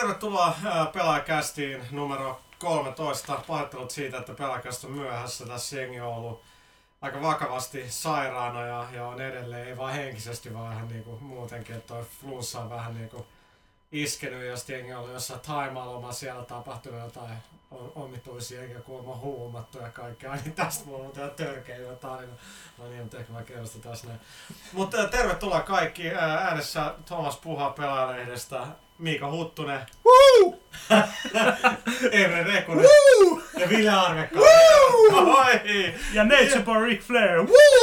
Tervetuloa Pelaajakästiin numero 13. Pahoittelut siitä, että Pelaajakäst on myöhässä. Tässä jengi on ollut aika vakavasti sairaana ja on edelleen, ei vaan henkisesti, vaan ihan niinku muutenkin, että toi flunssa on vähän niinku iskenyt ja sitten jengi on ollut jossain Thaimaa siellä tapahtunut jotain omituisia eikä kuulemma huumattu ja kaikkea. Niin tästä mulla on törkeä hyvä tarina. No niin, mutta ehkä mä kerrostan tässä näin. Mutta tervetuloa kaikki. Äänessä Thomas Puha Pelaajalehdestä, Miika Huttunen, Emre Rekunen ja Ville Arvekkainen. Ja Nature Boy Ric Flair.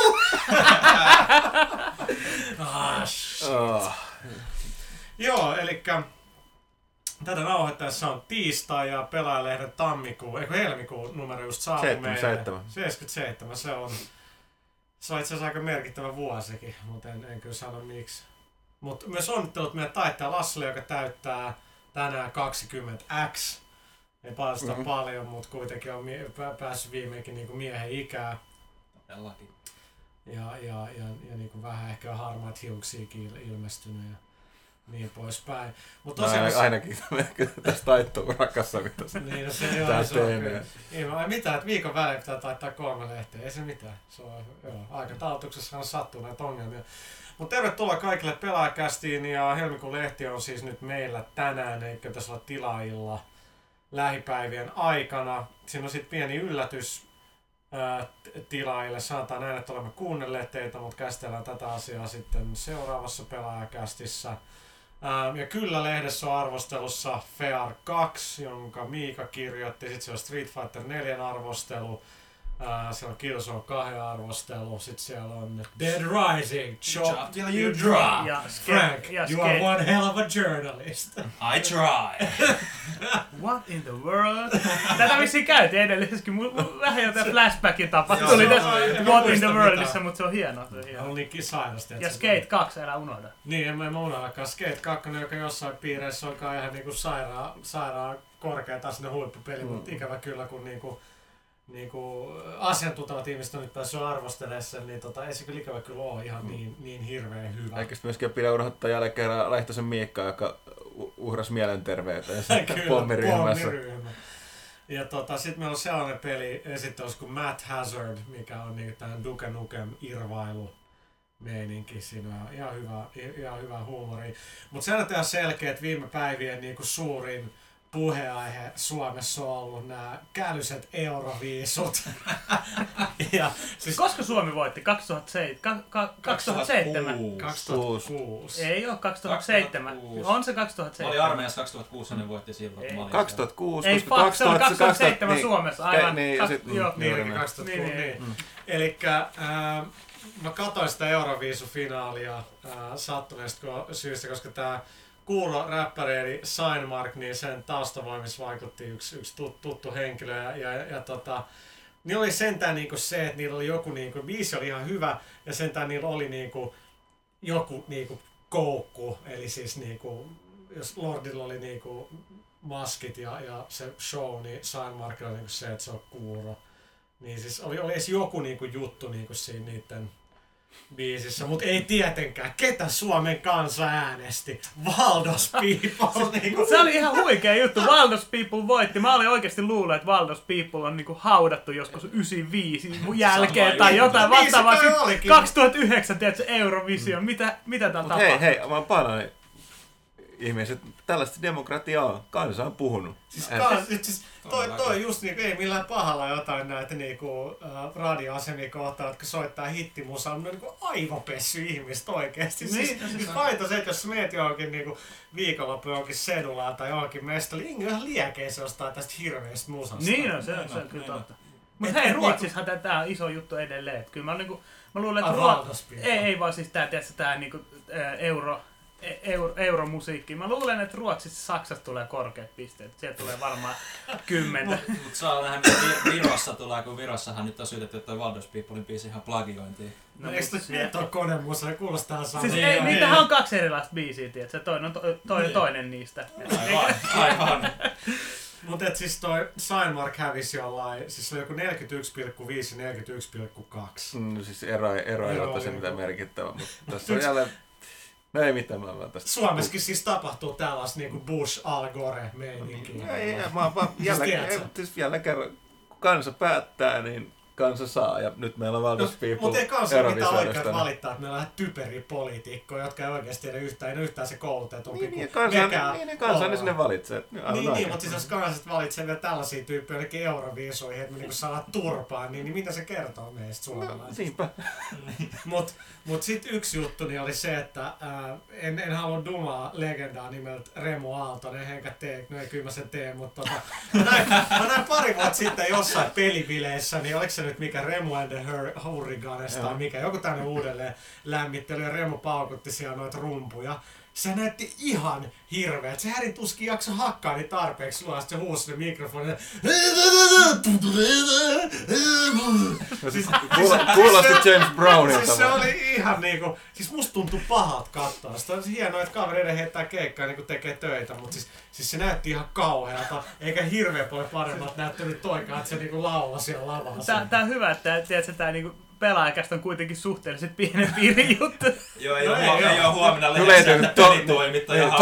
Joo, elikkä tätä nauhoittaessa on tiistai ja Pelaajalehden helmikuun numero just saavu meille. 77. Se on itse asiassa aika merkittävä vuosikin, mutta en kyllä sano miksi. Mutta myös onnittelut meidän taittaja Lassille, joka täyttää tänään 20X. Ei paljasta paljon, mutta kuitenkin on päässyt viimeinkin niinku miehen ikää. Ja niinku vähän ehkä harmaat hiuksiakin ilmestynyt ja niin poispäin. Mut tosiaan ainakin tässä taitto-urakassa, mitä niin, no se tää teemme. Ei mitään, että viikon välein pitää taittaa 3 lehteä, ei se mitään. Se on, aikataulutuksessa on sattuu näitä ongelmia. Mutta tervetuloa kaikille Pelaajakästiin ja helmikuun lehti on siis nyt meillä tänään, eikä tässä olla tilaajilla lähipäivien aikana. Siinä on sitten pieni yllätys tilaajille. Sanotaan näin, että olemme kuunnelleet teitä, mutta käsitellään tätä asiaa sitten seuraavassa Pelaajakästissä. Ja kyllä lehdessä on arvostelussa Fear 2, jonka Miika kirjoitti. Sitten siellä on Street Fighter 4 arvostelu. Siellä on Killzone 2 arvostelu. Sitten siellä on Dead Rising, Chop Till You Drop. Ja Frank, you are one hell of a journalist. I try. What in the world? Tätä vissiin käytiin edellisessäkin. Vähän jotain flashbackin tuli tässä What in the Worldissa, mutta se on hienoa. On niinkin sairasti. Ja Skate 2, älä unohda. Niin, en mä unohdakaan. Skate 2, joka jossain piireissä onkaan ihan niinku sairaan korkeatasoinen huippupeli, mutta ikävä kyllä kun niinku asiantuntevat ihmiset on nyt päässyt arvostelemaan sen, niin ei se kyllä ikävä kyllä ole ihan niin hirveän hyvä. Eikä myöskään pidä unohtaa jälleen kerran Lehtosen Miikkaa, joka uhrasi mielenterveyteen pommiryhmässä. Ja sitten meillä on sellainen peli esittelyssä kuin Math Hazard, mikä on niinku tähän Duke Nukem irvailu meininki. Siinä on ihan hyvä huumori. Mutta se on ihan selkeä, että viime päivien niinku suurin puheaihe Suomessa on ollut nämä kälyset euroviisut. Ja siis koska Suomi voitti? 2007? 2006. Ei ole 2007. On se 2007. Mä olin armeijassa 2006 ja ne voitti silloin. 2006, ei, koska se oli 2007 niin, Suomessa. Aivan. Niin, 2006. Elikkä mä katsoin sitä Euroviisufinaalia sattuneesta syystä, koska tää kuuro-räppäri eli Signmark, niin sen taustavoimissa vaikutti yksi tuttu henkilö niin oli sentään niinku se, että niillä oli joku niinku, biisi oli ihan hyvä ja sentään niillä oli niinku joku niinku koukku, eli siis niinku, jos Lordilla oli niinku maskit ja se show, niin Signmark oli niinku se, että se on kuuro. Niin siis oli edes joku niinku juttu niinku siinä niitten biisissä, mutta ei tietenkään. Ketä Suomen kansa äänesti? Valdos People! Niinku. Se oli ihan huikea juttu. Valdos People voitti. Mä olin oikeasti luullut, että Valdos People on niinku haudattu joskus 95 jälkeen tai jotain vastaavaa. 2009, tiedätkö, Eurovision. Mitä tää tapahtuu? Hei, mä oon paljon ihmiset. Tällaista demokratiaa on. Kansa on puhunut. Siis toi just niinku, ei millään pahalla jotain näitä niinku radioasemia kohtaan, jotka soittaa hittimusaa, mutta niinku aivopessy ihmistä oikeesti. Siis paita se, että jos meet johonkin niinku viikonloppu johonkin sedulaan tai johonkin mestalle, ihan liekeissä jostain tästä hirveästä musasta. Niin on, se on kyllä totta. Mutta hei, Ruotsissahan tää on iso juttu edelleen. Kyllä mä luulen, että ei vaan siis tää niinku euromusiikki. Mä luulen, että Ruotsissa Saksassa tulee korkeat pisteet. Sieltä tulee varmaan 10. Mutta saa nähdä, mitä Virossa tulee, kun Virossahan nyt on syytetty, että toi Valdos Peoplein biisi ihan plagiointiin. No eikö toi konemusa, se kuulostaa samaa. Siis niitähän on 2 erilaista biisiä, tiedätkö? Toinen on toinen niistä. Aivan. Mutta siis toi Signmark hävisi jollain, siis se oli joku 41,5 ja 41,2. No siis ero ei ole tosi mitään merkittävää, mutta tässä on jälleen No ei mitään, mä vaan tästä. Suomessakin siis tapahtuu tällaista niinku Bush Al Gore meininkiä. Ei, mä vaan jälleen kerran, kun kansa päättää, niin kansa saa. Ja nyt meillä on Valdos People Mutta ei kanssa ole mitään oikeat Eurovisioidesta. valittaa, että meillä on typeriä poliitikkoja, jotka ei oikeasti tiedä yhtään se koulutetumpi Niin, kuin mekään kansa ollaan. sinne valitsee. Niin, mutta siis jos kansalaiset valitsee vielä tällaisia tyyppejä jonnekin Euroviisoihin, että me niinku saadaan turpaan, niin mitä se kertoo meistä suomalaisista? Niinpä. Mut sit yksi juttu niin oli se, että en halua dumaa legendaa nimeltä Remu Aaltonen, enkä tee, no ei kyllä mä sen tee, mutta mä näin pari vuotta sitten jossain pelibileissä, niin oliko se nyt mikä Remu and the Hurricanes tai mikä, joku tänne uudelleen lämmittely ja Remu paukutti siellä noita rumpuja. Se näytti ihan hirveet. Se härin tuskin jakso hakkaa niin tarpeeksi luo, se huusi sinne mikrofonin. Kuulosti James Brownilta. Siis se oli ihan niinku, siis musta tuntui pahat katsoa. Se on hienoa, että kavereiden heittää keikkaa niin kun tekee töitä, mutta siis se näytti ihan kauhealta. Eikä hirveän paljon paremmat näyttänyt toikaan, että se niinku laulaa siellä lavassa. Tää on hyvä, että tiedätkö, tää niinku pelaajakästä on kuitenkin suhteellisesti pienen piirin juttu. Joo, ei ole huomenna lehdessä, että pelitoimittaja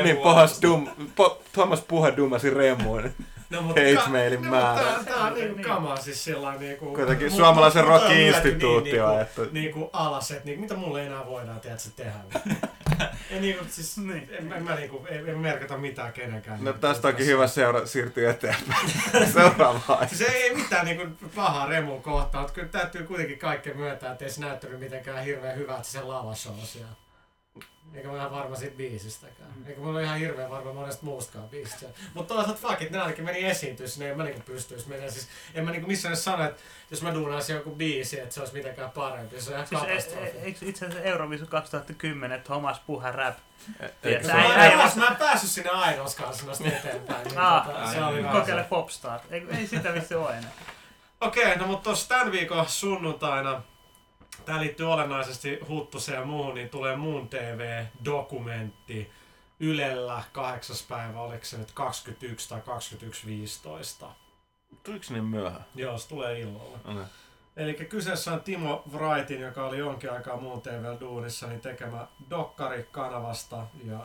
Thomas Puhe dummasi Remuun. Hate-mailin määrä. Tää on niinku kamaa siis sellainen niinku... Kuitenkin suomalaisen rock-instituutio. Niinku alas, että mitä mulle enää voidaan tehdä. Ei niinku siis... En merkata mitään kenenkään. No tästä onkin hyvä siirtyä eteenpäin. Seuraavaan. Siis ei mitään niinku pahaa Remun kohtaa, mutta kyllä täytyy kuitenkin kaikkea myöntää, että ei se näyttänyt mitenkään hirveän hyvältä se lavashow siellä. Eikä mä ihan varma siitä biisistäkään. Eikä mulla ole ihan hirveän varma monesta muustakaan biisistä. Mutta toisaalta fuck it, ne ainakin meni esiintyä sinne, en mä niinku pystyis menemään. Siis en mä niinku missään sano, että jos mä duunaisin joku biisi, että se olisi mitenkään parempi. Se on ihan katastrofi. Eikö itse asiassa Euroviisu 2010 Thomas Puha rap? Mä en päässyt sinne Idols-karsinasta eteenpäin. Niin kokeile Popstar. Ei sitä vissi ole enää. Okei, no mutta tuossa tämän viikon sunnuntaina, tää liittyy olennaisesti Huttuseen ja muuhun, niin tulee Muun TV-dokumentti Ylellä 8. päivä, oliko se nyt 21 tai 21.15. Tuliko niin myöhään? Joo, se tulee illalla. Okay. Eli kyseessä on Timo Wrightin, joka oli jonkin aikaa Muun TV-duunissa, niin tekemä dokkari kanavasta.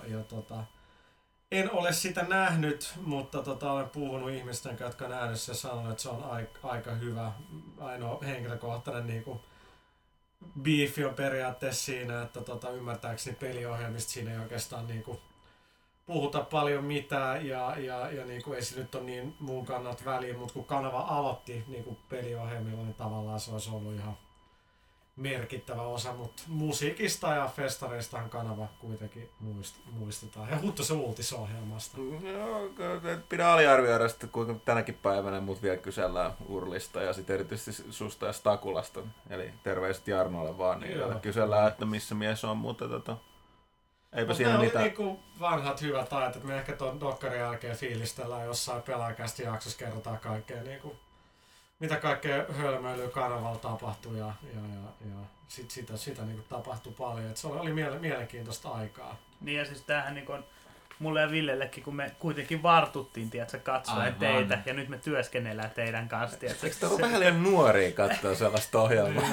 En ole sitä nähnyt, mutta olen puhunut ihmisten, jotka on nähnyt sen ja sanonut, että se on aika hyvä. Ainoa henkilökohtainen niinku beefi on periaatteessa siinä, että ymmärtääkseni peliohjelmista siinä ei oikeastaan niinku puhuta paljon mitään ja niinku ei se nyt ole niin mun kannalta väliin, mutta kun kanava aloitti niinku peliohjelmilla, niin tavallaan se olisi ollut ihan merkittävä osa, mutta musiikista ja festareistahan kanava kuitenkin muistetaan. Ja Huttusen uutisohjelmasta. Joo, pidä aliarvioida sitten, kuinka tänäkin päivänä mut vielä kysellään Urlista ja sitten erityisesti susta ja Stakulasta. Eli terveiset Jarnolle vaan, niin kysellään, että missä mies on, mutta eipä siinä oli niitä... niinku vanhat hyvät ajat, että me ehkä ton dokkarin jälkeen fiilistellään jossain pelaajakästi jaksossa, kerrotaan kaikkea niinku mitä kaikkea hölmöilyä kanavalla tapahtui ja sitä niinku tapahtui paljon. Et se oli mielenkiintoista aikaa. Niin ja siis tämähän niinku on mulle ja Villellekin, kun me kuitenkin vartuttiin, tiedätkö, katsoen teitä ja nyt me työskennellään teidän kanssa, tiedätkö. Eikö täällä ole vähän liian nuoria katsoa sellaista ohjelmaa?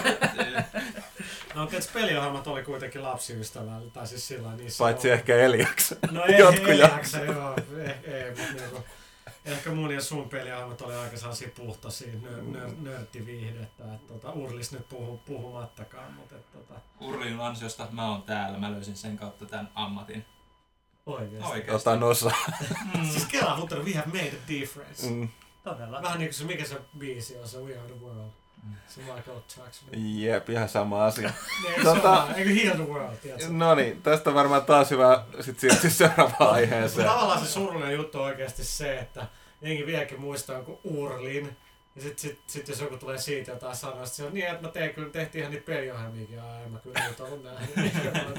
No tietysti peliohjelmat oli kuitenkin lapsiystävällä, tai siis sillä niissä... Paitsi ehkä Eliaksa. No ei Eliaksa, joo. Ei, mutta niinku... Ehkä mun ja sun peliohjelmat oli aika sellaisia puhtaisia nörttiviihdettä, että Urlis nyt puhumattakaan, mutta Urlin ansiosta mä oon täällä, mä löysin sen kautta tän ammatin. Oikeesti. Otan osa. Siis Kela Huttunen, we have made a difference. Todella. Vähän niinku se, mikä se biisi on, se We Are The World. Se Michael Jackson. Jep, ihan sama asia. Eikö Heal The World, tiedätkö? No niin, tästä on varmaan taas hyvä sit siirtyä seuraavaan aiheeseen. Tavallaan se surullinen juttu on oikeasti se, että jengi vieläkin muistaa jonkun Urlin. Ja sit jos joku tulee siitä jotain sanoa, se on niin, että mä tehtiin ihan niitä peliohjelmiakin. En mä kyllä niitä ollut nähnyt.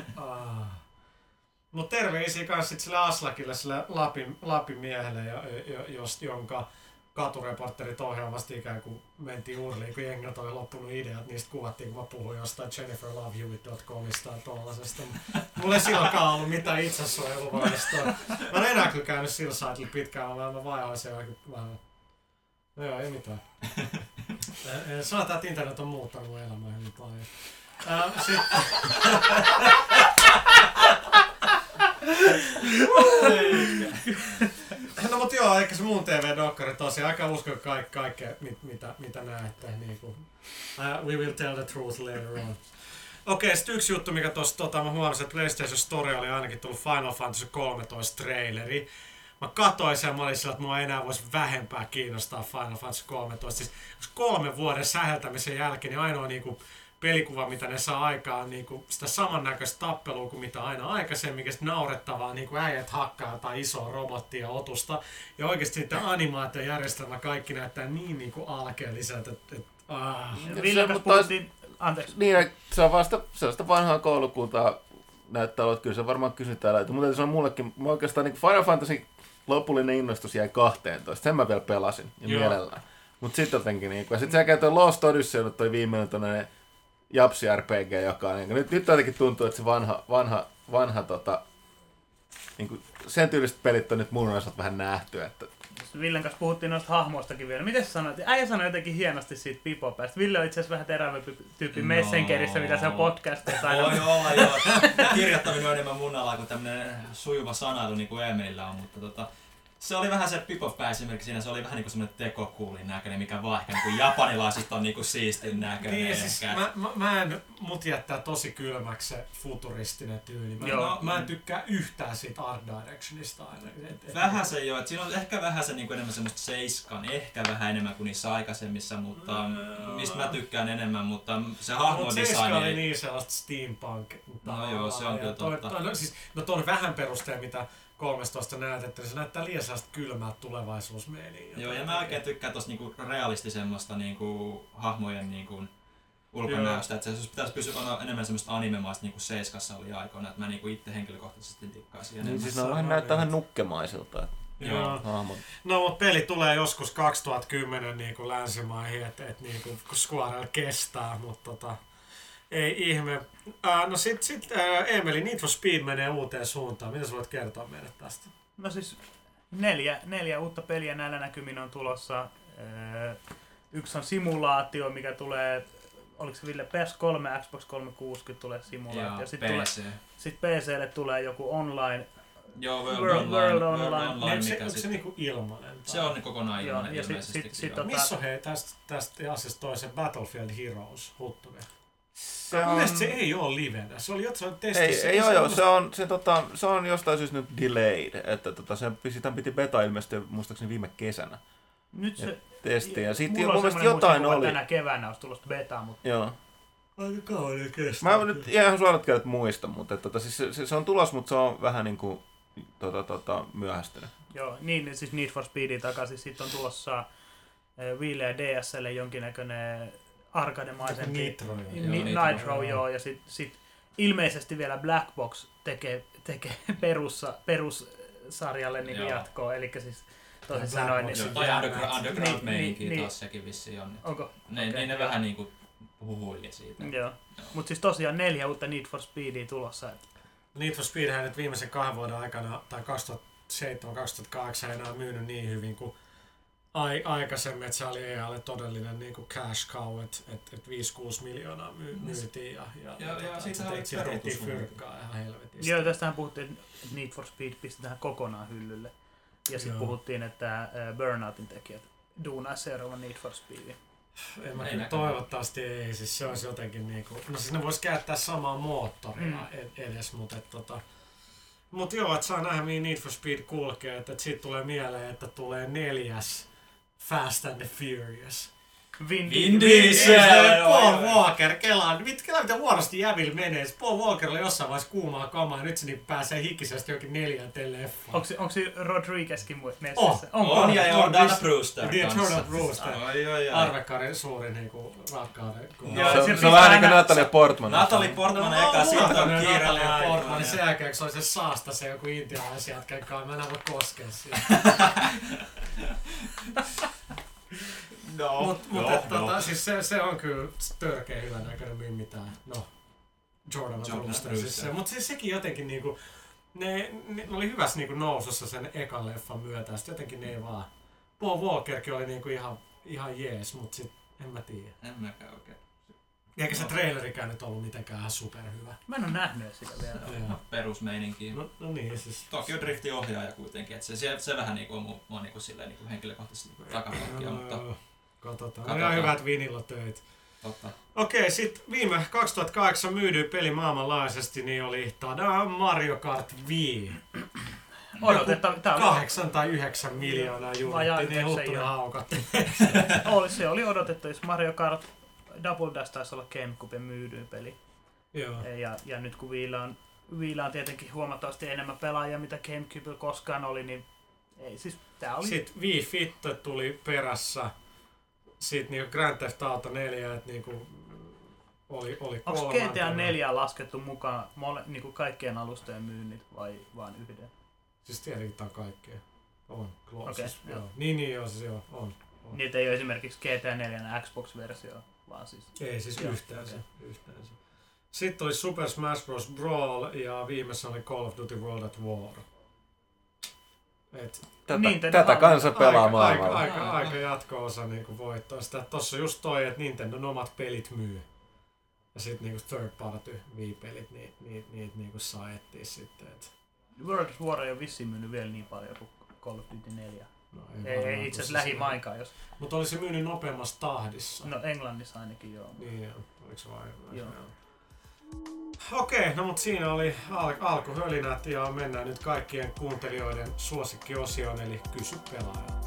Mut terveisiä kans sit sille Aslakille, sille Lapin miehelle, jonka katureporterit ohjelmasta ikään kuin mentiin Urliin, kun jengiltä oli loppunut ideat, niistä kuvattiin, kun mä puhuin jostain jenniferloveyouit.comista ja tollasesta. Mulla ei silloinkaan ollut mitään itsesuojeluvaistoa. Mä en enää kyllä käynyt sillä saitilla pitkään, mä vaihoin se jokin vähän. No joo, ei mitään. Sanotaan, että internet on muuttanut mun elämää hyvin paljon. No mut joo, eikä se muun TV-dokkari tosiaan aika uskon kaikkea mitä näette. Niinku. We will tell the truth later on. Okei, sit yksi juttu, mikä tossa mä huomasin, että PlayStation Story oli ainakin tullut Final Fantasy 13 traileri. Mä katoin sen ja mä olin sillä, että mua ei enää voisi vähempää kiinnostaa Final Fantasy 13. Siis 3 vuoden säheltämisen jälkeen niin ainoa niinku pelikuva, mitä ne saa aikaan, niinku sitä samannäköistä tappelua kuin mitä aina aikaisemmin, ja naurettavaa niinku äijät hakkaa tai isoa robottia otusta. Ja oikeesti sitten animaatiojärjestelmä kaikki näyttää niin niinku alkeelliselta, että Ville, kas puhuttiin... Anteeksi. Niin, se on vasta sellaista vanhaa koulukuntaa näyttää olla, että kyllä se varmaan kysytään. Mutta se on mullekin, oikeastaan niin Final Fantasy lopullinen innostus jäi 12, sen mä vielä pelasin ja mielellään. Mutta sitten jotenkin, niin, ja sitten sen jälkeen toi Lost Odyssey on toi viimeinen tonne Japsi RPG, joka on, niin, nyt jotenkin tuntuu, että se vanha niin sen tyyliset pelit on nyt mun osalta vähän nähty. Että... Villen kanssa puhuttiin noista hahmoistakin vielä. Miten sä sanoit? Äijä sanoi jotenkin hienosti siitä Pipo-päästä. Ville on itse asiassa vähän terävämpi tyyppi Messengerissä, mitä se on podcastissa. Voi olla joo. Kirjoittaminen on enemmän mun alaa kuin tämmönen sujuva sanailu niin kuin Emelillä on, mutta se oli vähän se Pipo-pää esimerkiksi siinä, se oli vähän niinku semmoinen tekokuulin näköinen, mikä vaan ehkä niinku japanilaisista on niinku siistin näköinen. Niin, siis mut jättää tosi kylmäksi se futuristinen tyyli. Mä en tykkää yhtään siitä Art Directionista aina. Vähän se joo, että siinä on ehkä vähän se niinku enemmän semmoista seiskan, ehkä vähän enemmän kuin niissä aikaisemmissa, mutta mistä mä tykkään enemmän, mutta se hahmodesign seiska oli niin sellaista steampunk. No joo, se on kyllä totta. Tuon vähän perusteen, mitä 13 näytettä, niin se näyttää liian sellaista kylmää tulevaisuusmeeniä. Joo, ja mä oikein tykkään tosta niinku realistisemmasta niinku hahmojen niinku ulkonäöstä, että se pitäisi pysyä enemmän semmoista animemaista niinku Seiskassa oli aikoina, että mä niinku itse henkilökohtaisesti tikkaisin enemmän. Niin siis ne vähän näyttää vähän nukkemaisilta. Joo. No mutta peli tulee joskus 2010 niinku länsimaihin, että niinku Squarella kestää, mutta ei ihme. No sit Emeli, Need for Speed menee uuteen suuntaan. Mitä sä voit kertoa meille tästä? No siis 4 uutta peliä näillä näkymin on tulossa. Yksi on simulaatio, mikä tulee, oliko se Ville, PS3, Xbox 360 tulee simulaatio. Sitten PC:lle tulee joku online. Joo, World Online. Onko se niinku ilmanen? Se on kokonaan ilmanen ilmeisesti. Missä on hei tästä asiasta toisen Battlefield Heroes huttuve? Se ei ole livenä. Se oli jotain testissä. Se on jostain syystä nyt delayed, että sitä piti beta ilmestyä muistaakseni viime kesänä. Nyt se testi ja sitten mulla mun mielestä jotain oli. Tänä keväänä olisi tulosta beta, mutta joo. Aika kauan kestää. Mä nyt ihan suorat kädet muista, mutta siis se on tulos, mutta se on vähän niinku myöhästynyt. Joo, niin siis Need for Speedin takaisin sitten on tulossa Wille ja DSL jonkinnäköinen arcade-maisempi Nitro, joo, ja sit ilmeisesti vielä Black Box tekee perussarjalle niin jatkoa, eli siis toisin sanoen... Tai Underground-meininkiä taas sekin vissiin on. Onko? Niin ne vähän niinku huhuili siitä. Joo, mutta siis tosiaan 4 uutta Need for Speedia tulossa. Need for Speedhän nyt viimeisen 2 vuoden aikana, tai 2007-2008 ei enää myynyt niin hyvin kuin aikaisemmin, että se oli EA:lle todellinen niin kuin cash cow, että 5-6 miljoonaa myytiin ja siitä tehtiin fyrkkaa ihan helvetistä. Joo, tästähän puhuttiin, että Need for Speed pistetään kokonaan hyllylle. Ja sitten puhuttiin, että Burnoutin tekijät duunaisi seuraavan Need for Speedin. Toivottavasti ei, siis se olisi jotenkin niinku, no siis ne vois käyttää samaa moottoria edes, mutta joo, että saa nähdä mihin Need for Speed kulkee, että siitä tulee mieleen, että tulee 4. Fast and the Furious. Vin Diesel! Paul Walker, kelaa mitä huonosti jävillä menee. Paul Walker oli jossain vaiheessa kuumaa kamaa ja nyt se niin pääsee hikisestä jokin 4 leffaan. Onko se Rodriguezkin messissä? On ja Jordana Brewster kanssa. Jordana Brewster. Arvekkarin suuri niinku rakkauden. Se on vähän niin kuin Natalie Portman. Natalie Portman eka, sitten on Natalie Portman. Sen jälkeen, kun se oli se saasta se joku intialaisjätkä, mä enää voi koskea siihen. Siis se on kyllä törkeä hyvän näköinen mitään. No, Jordan Brewster. Mutta siis sekin jotenkin niinku, ne oli hyvässä niinku nousussa sen ekan leffan myötä. Sitten jotenkin ne ei vaan. Paul Walkerkin oli niinku ihan jees, mut sit en mä tiedä. En mäkään oikein. Eikä se trailerikään nyt ollut mitenkään superhyvä. Mä en oo nähnyt sitä vielä. Perusmeininki. No niin, siis... Tokyo Driftin ohjaaja kuitenkin, että se vähän niinku on mua niinku silleen niinku henkilökohtaisesti takapakkia, mutta... Katsotaan. Ihan hyvät vinillotöit. Totta. Okei, sit viime 2008 myydyin peli maailmanlaajuisesti, niin oli Mario Kart Wii. Odotettava. 8 tai 9 miljoonaa juuritti, niin huttunen haukattu. Se oli odotettu, jos Mario Kart Double Dash taisi olla GameCuben myydyin peli. Joo. Ja nyt kun Wiillä on tietenkin huomattavasti enemmän pelaajia, mitä GameCubella koskaan oli, niin ei siis tää oli... Sitten Wii Fit tuli perässä. Sitten niinku Grand Theft Auto 4, että niinku oli onko GTA 4 laskettu mukaan niinku kaikkien alustojen myynnit vai vain yhden? Siis tietenkin tää on kaikkea. On. Okay, siis, joo. Niin joo, siis joo, on. Niitä ei ole esimerkiksi GTA 4 Xbox-versio, vaan siis... Ei siis yhtään se. Sitten oli Super Smash Bros. Brawl ja viimeisessä oli Call of Duty World at War. Tätä kansa pelaa maailmalla. Aika jatko-osa niinku voittaa sitä. Tossa just toi, että Nintendo omat pelit myy. Ja sit niinku third party Wii-pelit, niitä niinku saettiin sitten. World at War ei ole vissiin myynyt vielä niin paljon kuin Call of Duty 4. No, ei itse asiassa lähimainkaan, jos... Mutta oli se myynyt nopeammassa tahdissa. No Englannissa ainakin joo. Niin joo, oliko se vain? Joo. Okei, no mut siinä oli alkuhölinät ja mennään nyt kaikkien kuuntelijoiden suosikkiosioon, eli Kysy pelaajalta.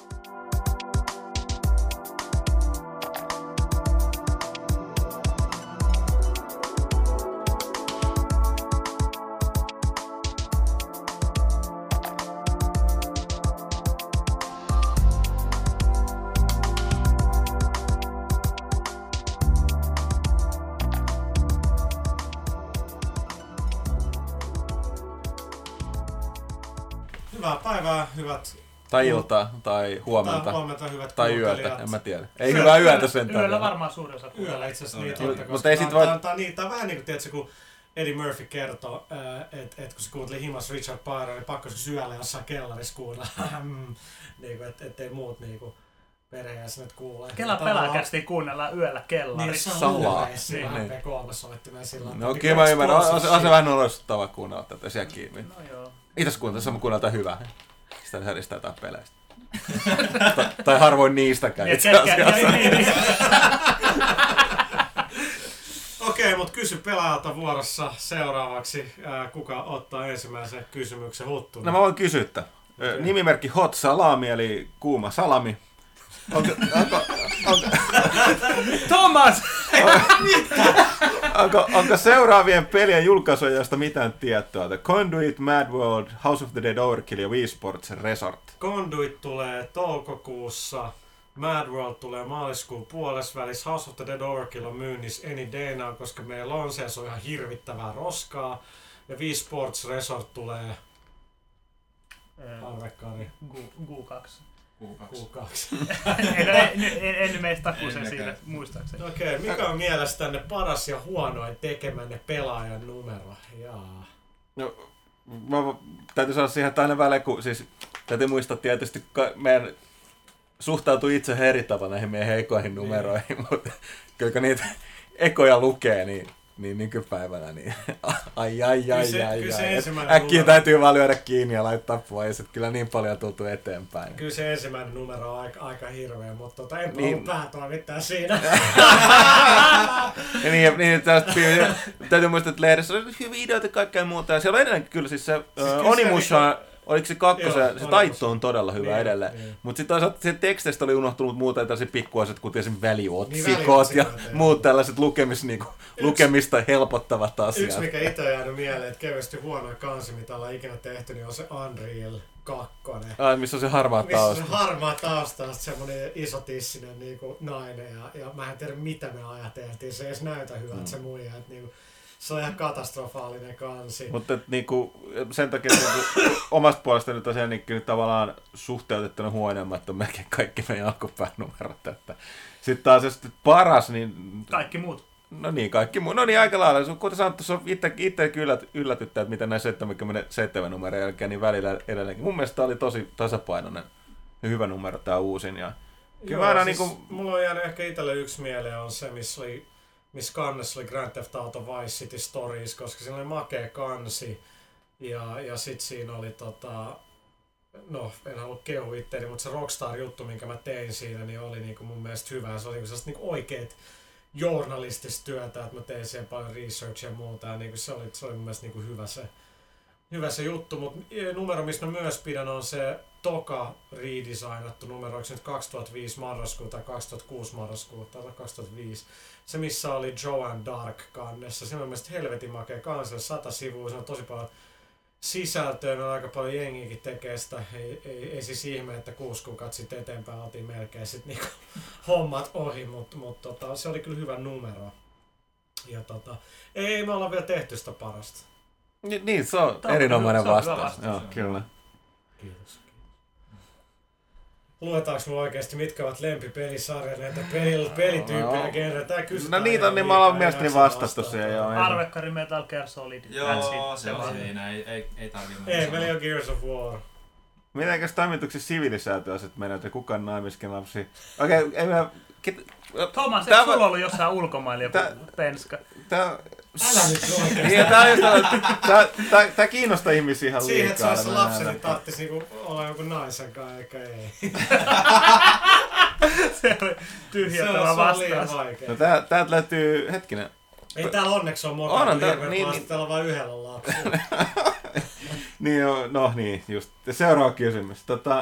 Hyvää päivää, hyvät... Tai iltaa, tai huomenta. Hyvät tai yötä, en mä tiedä. Ei hyvää yötä sentään. Yöllä varmaan suurin osa. Yöllä itse asiassa niitä, mutta ei sit voi... Tää on vähän niin kuin, tiedätkö, kun Eddie Murphy kertoo, että kun se kuunteli himas Richard Pryor, niin pakko se syöllä jossain kellarissa kuunnella. Niin ettei muut niinku perheenjäsenet kuule. Kela pelaakästi kuunnellaan yöllä kellarissa. Niin, salaa. Niin. MP3 soittimeen sillä. No kyllä mä ymmärrän. On se vähän nolostuttavaa kuunnella tätä siellä kiinni. No joo. Itäs kuunnellaan hyvää. Sitä heristää jotain peleistä. tai harvoin niistäkään itse asiassa. Okei, mutta kysy pelaajalta vuorossa seuraavaksi. Kuka ottaa ensimmäisen kysymyksen? Huttunen. No mä voin kysyä. Nimimerkki Hot Salami, eli kuuma salami. Thomas! Onko seuraavien pelien julkaisuja mitään tietoa? The Conduit, Mad World, House of the Dead Overkill ja Wii Sports Resort. Conduit tulee toukokuussa, Mad World tulee maaliskuun puolesvälissä, House of the Dead Overkill on myynnissä any day now, koska meillä on se on ihan hirvittävää roskaa. Ja Wii Sports Resort tulee... Arvekari. Q2. Q2. En mene takuisen siitä, muistaakseni. Okei, mikä on mielestänne paras ja huonoin tekemänne pelaajan numero? Jaa. No, mä täytyy sanoa siihen, että aina välein, kun siis täytyy muistaa tietysti, meidän suhtautuu itse eri tavalla näihin meidän heikoihin numeroihin, mutta kyllä niitä ekoja lukee, niin nykypäivänä, niin ai. Äkkiä täytyy vaan lyödä kiinni ja laittaa pois, että kyllä niin paljon tultu eteenpäin. Kyllä se ensimmäinen numero on aika hirveä, mutta en ollut päätoimittaja siinä. niin täytyy muistaa, että lehdessä oli hyviä ideoita ja kaikkea muuta. Ja siellä on edelleenkin kyllä siis se Onimusha, oliko se kakkosen, se taitto on todella hyvä edelleen. Mutta sitten toisaalta se teksteistä oli unohtunut muuta tällaiset pikkuasiat, kuten esimerkiksi väliotsikot ja muut tällaiset lukemista helpottavat asiat. Yksi mikä itse on jäänyt mieleen, että kevyesti huonoin kansi, mitä ollaan ikinä tehty, niin on se Unreal 2. Missä on se harmaa tausta. Missä on se harmaa tausta, semmoinen isotissinen niinku nainen ja mä en tiedä mitä me ajateltiin. Se ei edes näytä hyvältä se muija. Niinku, se on ihan katastrofaalinen kansi. Mutta niinku, sen takia omasta puolesta nyt tosiaan niin tavallaan suhteutettuna huonommat on melkein kaikki meidän alkupään numerot. Sitten taas jos paras, niin... Kaikki muut. No niin, kaikki muut. No niin, aika lailla. Kuten sanottu, se on itse yllätyttää, että miten näin 77 numeron jälkeen niin välillä edelleenkin. Mun mielestä tämä oli tosi tasapainoinen ja hyvä numero tämä uusin. Ja joo, siis mulla on jäänyt ehkä itselle yksi mieleen on se, missä kannessa oli Grand Theft Auto Vice City Stories, koska siinä oli makea kansi. Ja sit siinä oli no en halua kehua itteeni, mutta se Rockstar-juttu, minkä mä tein siinä, niin oli niinku mun mielestä hyvä. Se oli niinku sellaista niinku oikeet journalistista työtä, että mä tein siihen paljon researchia ja muuta. Ja niinku se oli mun mielestä niinku hyvä se juttu, mutta numero, mistä mä myös pidän, on se toka redesignattu numero, onko se nyt 2005 marraskuuta tai 2006 marraskuuta tai 2005. Se, missä oli Joanne Dark kannessa. Se on mielestäni helvetin makea kanssa, 100 sivua, se on tosi paljon sisältöä, meillä aika paljon jengiäkin tekee sitä. Ei siis ihme, että 6 kuukautta sitten eteenpäin oltiin melkein sit niinku hommat ohi, mutta se oli kyllä hyvä numero. Ja ei me olla vielä tehty sitä parasta. Niin, se on erinomainen vastaus. Joo, kyllä. Kiitos. Luetaanko me oikeasti, mitkä ovat lempipelisarjat, näitä pelityyppejä, genrejä? Tää kysytään. No niitä on, niin mä olen mielestäni vastattu siihen. Joo, Arvekkari, Metal Gear Solid. Joo, se on siinä. Ei tarvii muuta. Ei, meillä on Gears of War. Mitenkäs toimituksessa siviilisäätöä sitten menee, että kukaan naimiskin lapsi? Okei, ei mä... Thomas, eikö sulla ollut jossain ulkomailla joku penska? Älä nyt oikeesti. Niin, tää kiinnostaa ihmisiä ihan liikaa. Siihen, että se olisi lapsi, niin tarvitsisi niinku olla jonkun naisen kanssa, eikä ei. Se oli tyhjentävä vastaus. Se on liian vaikea. No täältä löytyy, hetkinen. Ei täällä onneksi ole mokannut hirveän täällä on vain yhdellä lapsella. niin, just. Seuraava kysymys.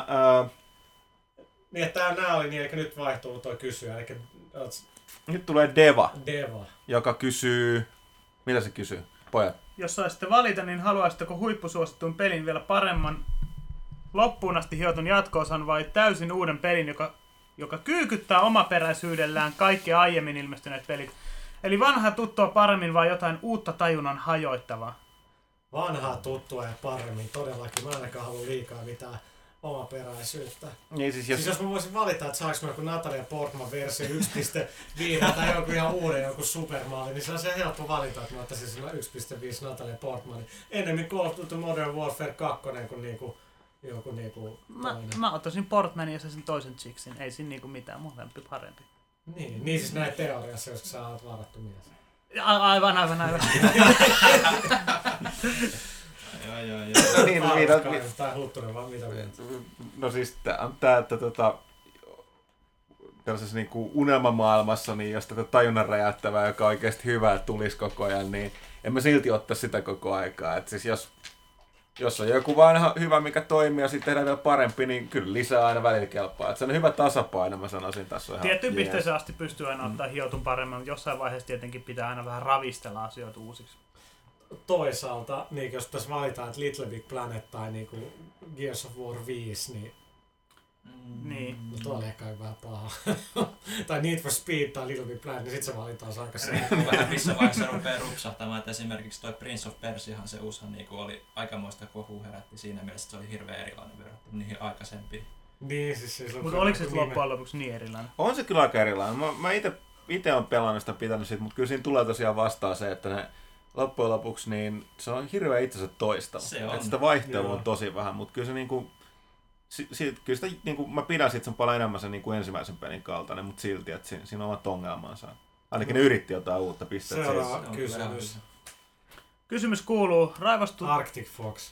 Niin, että nää oli niin, eli nyt vaihtuu toi kysyjä. Eli, nyt tulee Deva, joka kysyy... Mitä se kysyy? Pojat. Jos saisitte valita, niin haluaisitteko huippusuosittuun pelin vielä paremman loppuun asti hiotun jatko-osan vai täysin uuden pelin, joka kyykyttää omaperäisyydellään kaikki aiemmin ilmestyneet pelit? Eli vanhaa tuttua paremmin vai jotain uutta tajunnan hajoittavaa? Vanhaa tuttua ja paremmin, todellakin. Mä ainakaan halua liikaa mitään omaperäisyyttä. Niin, siis jos mä voisin valita, että saanko mä joku Natalia Portman versio 1.5 tai joku ihan uuden joku supermalli, niin se on se helppo valita, että mä ottaisin sillä 1.5 Natalia Portmanin. Ennemmin Call of Duty Modern Warfare 2 kuin joku toinen. Mä ottaisin Portmanin ja sen toisen chicksin. Ei siinä niinku mitään, molempi parempi. Niin siis näin teoriassa, jos sä oot varattu mies. Aivan. Joo. Tai Huttunen vaan mitä mieltä? No siis tää että tällaisessa niinku unelmamaailmassa, niin jos tätä tajunnan räjäyttävää, joka oikeasti hyvää tulisi koko ajan, niin en mä silti ottaa sitä koko aikaa. Et siis jos on joku vanha hyvä, mikä toimii ja sitten tehdään vielä parempi, niin kyllä lisää aina välillä kelpaa. Et se on hyvä tasapaino, mä sanoisin tässä. Tiettyyn pisteeseen asti pystyy aina ottaa hiotun paremmin, mutta jossain vaiheessa tietenkin pitää aina vähän ravistella asioita uusiksi. Toisaalta, niin jos tässä valitaan, että Little Big Planet tai niinku Gears of War 5, niin Niin. No tuo oli ehkä vähän paha. Tai Need for Speed tai Little Big Planet, niin sit se valitaan aika sen. Vähän missä vaiheessa rupeaa rupsahtamaan, että esimerkiksi toi Prince of Persiahan se uushan niinku oli aikamoista kohua herätti siinä mielessä, että se oli hirveän erilainen verrattuna niihin aikaisempiin. Niin, siis mutta oliko se loppujen lopuksi niin erilainen? On se kyllä aika erilainen. Mä ite on pelannut sitä pitänyt siitä, mutta kyllä siinä tulee tosiaan vastaan se, että ne loppujen lopuksi niin se on hirveän itsensä toistava. Se on. Että sitä vaihtelua on tosi vähän, mutta kyllä se niinku kyllä sitä, niinku, mä pidän siitä sen paljon enemmän sen niinku ensimmäisen pelin kaltainen, mutta silti, että siinä on omat ongelmansa. Ainakin ne yritti jotain uutta pistettä. Seuraava kysymys. Kysymys kuuluu, raivostut... Arctic Fox.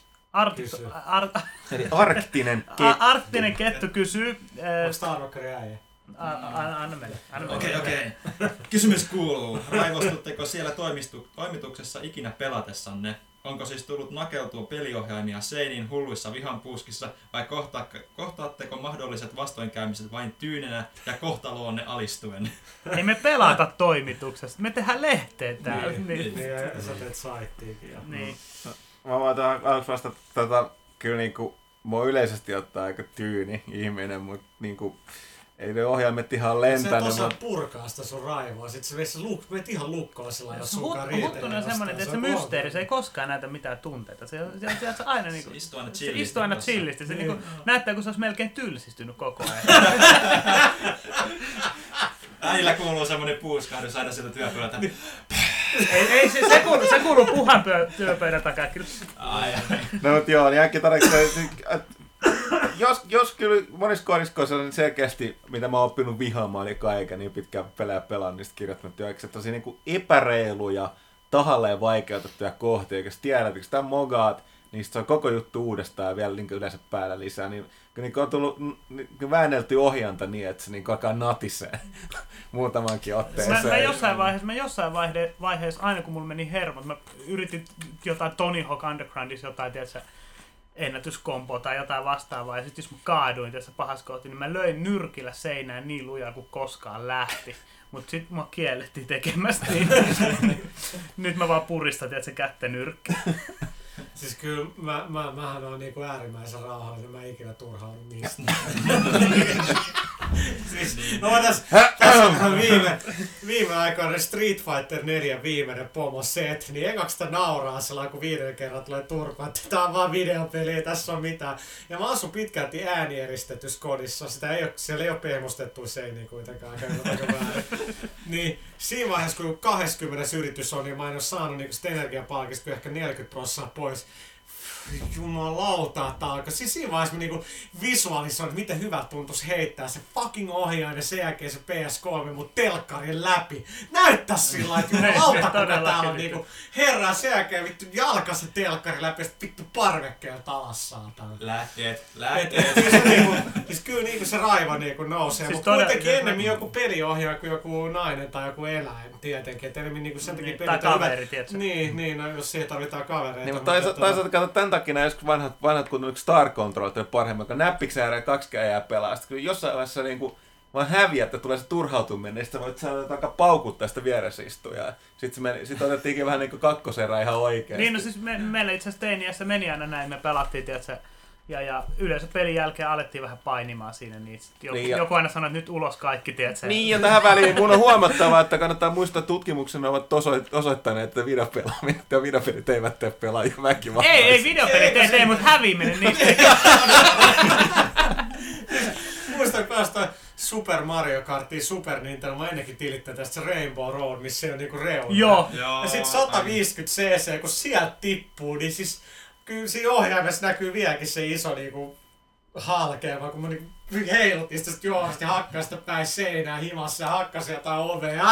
Arktinen kettu. Arktinen kettu kysyy... Onko Star Walkerin äijä? Anna mennä. Okei. Kysymys kuuluu, raivostutteko siellä toimituksessa ikinä pelatessanne? Onko siis tullut nakeltua peliohjaimia seiniin hulluissa vihanpuuskissa vai kohtaatteko mahdolliset vastoinkäymiset vain tyynenä ja kohtaloonne alistuen? Ei me pelata toimituksessa, me tehdään lehteä täällä. Niin, sä teet saittiinkin. Niin. Mä voin aluksi vastata, kyllä niinku, mä oon yleisesti ottaa aika tyyni ihminen, mutta niinku, ei ne ohjaimet ihan lentänyt. Sä et osaa purkaa sitä sun raivoa, sit sä menet ihan lukkoon sillä, jos sunkaan riitelee. Huttunen on semmonen, että se mysteeri, se ei koskaan näytä mitään tunteita. Se aina niinku... Se istuu aina chillisti. Se niinku näyttää, kun se olisi melkein tylsistynyt koko ajan. Äijillä kuuluu semmonen puuskahdus aina sieltä työpöydältä. Ei, se kuuluu puhan työpöydän takaa kyllä. No mut joo, niin äkkiä tarvitsen... jos kyllä monissa kodiskoissa on selkeästi, mitä mä oon oppinut vihaamaan niin kaiken niin pitkään pelannut niistä kirjoittanut työksi, että tosi niinku epäreiluja, tahalleen vaikeutettuja kohtia, eikä tiedät, että tämä mogaat, niin se on koko juttu uudestaan ja vielä niin yleensä päällä lisää, niin on tullut väännelty ohjanta niin, että se niin alkaa natisee muutamankin otteeseen. Mä jossain vaiheessa, aina kun mulla meni hermot, mä yritin jotain Tony Hawk Undergroundissa, jotain, tiedätkö, ennätyskomboa tai jotain vastaavaa, ja sitten jos mä kaaduin tässä pahassa kohti, niin mä löin nyrkillä seinään niin lujaa kuin koskaan lähti. Mutta sitten mua kiellettiin tekemästä, niin nyt mä vaan puristan, tiedätkö, kättä nyrkkiä. Siis kyllä mähän on niinku äärimmäisen rauhallinen, mä ikinä turhaudun niistä. Siis tässä on viime aikoina Street Fighter 4 viimeinen pomoset, niin ekaksi sitä nauraa sellainen, kun 5 kerran tulee turpa, että tää on vaan videopeli, ei tässä on mitään. Ja mä asun pitkälti äänieristetyssä kodissa, siellä ei ole pehmustettuja seiniä kuitenkaan, aika väärin. Niin siinä vaiheessa, kun 20 yritys on, niin mä en ole saanut niinku sitä energiapalkista kuin ehkä 40% pois. Jumalauta, tää alkoi. Siis siinä vaiheessa mä niinku visualisoin, että miten hyvä tuntuisi heittää se fucking ohjaan ja sen jälkeen se PS3 mun telkkarin läpi. Näyttäis sillä, että jumalauta, kun täällä on niinku herran sen jälkeen vittu jalka se telkkari läpi ja sit vittu parvekkeelta alas saatana. Lähteet. Siis kyllä niinku se raiva niinku nousee, siis mutta kuitenkin ennemmin joku peliohjaaja kuin joku nainen tai joku eläin tietenkin. Et enemmän niinku sen takia tai kaveri, tietysti. Niin, no, jos siihen tarvitaan kavereita. Niin, mutta toisaalta kato tämän takia nämä joskus vanhat kun Star Control oli parhemmin, kun näppiksen ääreen 2 käjää pelaa. Sitten kun jossain vaiheessa niinku vaan häviää, että tulee se turhautuminen, niin sitten voit saada aika paukuttaa sitä vieressä istujaa. Sitten otettiinkin vähän niinku kakkoserää ihan oikeesti. Niin, no siis meillä itse asiassa teiniässä meni aina näin, me pelattiin, tiedätkö, ja yleensä pelin jälkeen alettiin vähän painimaan siinä, niin joku aina sanoi, että nyt ulos kaikki, tiedätkö? Niin, ja tähän väliin mun on huomattava, että kannattaa muistaa, että tutkimuksena ovat osoittaneet, että videopelit eivät tee pelaajia väkivaltaisia. Ei videopelit ei tee, mutta häviäminen niistä. Muistan päästä Super Mario Karttiin Super Nintendo, mä ennenkin tilittäin tästä Rainbow Road, missä on niinku reuna. Joo. Ja sit 150cc, kun sieltä tippuu, niin siis kyllä siinä ohjaimessa näkyy vieläkin se iso niinku halkeama, kun mä niinku heilutin sitä juomasta ja hakkasin sitä päin seinään himassa ja hakkasin jotain ovea.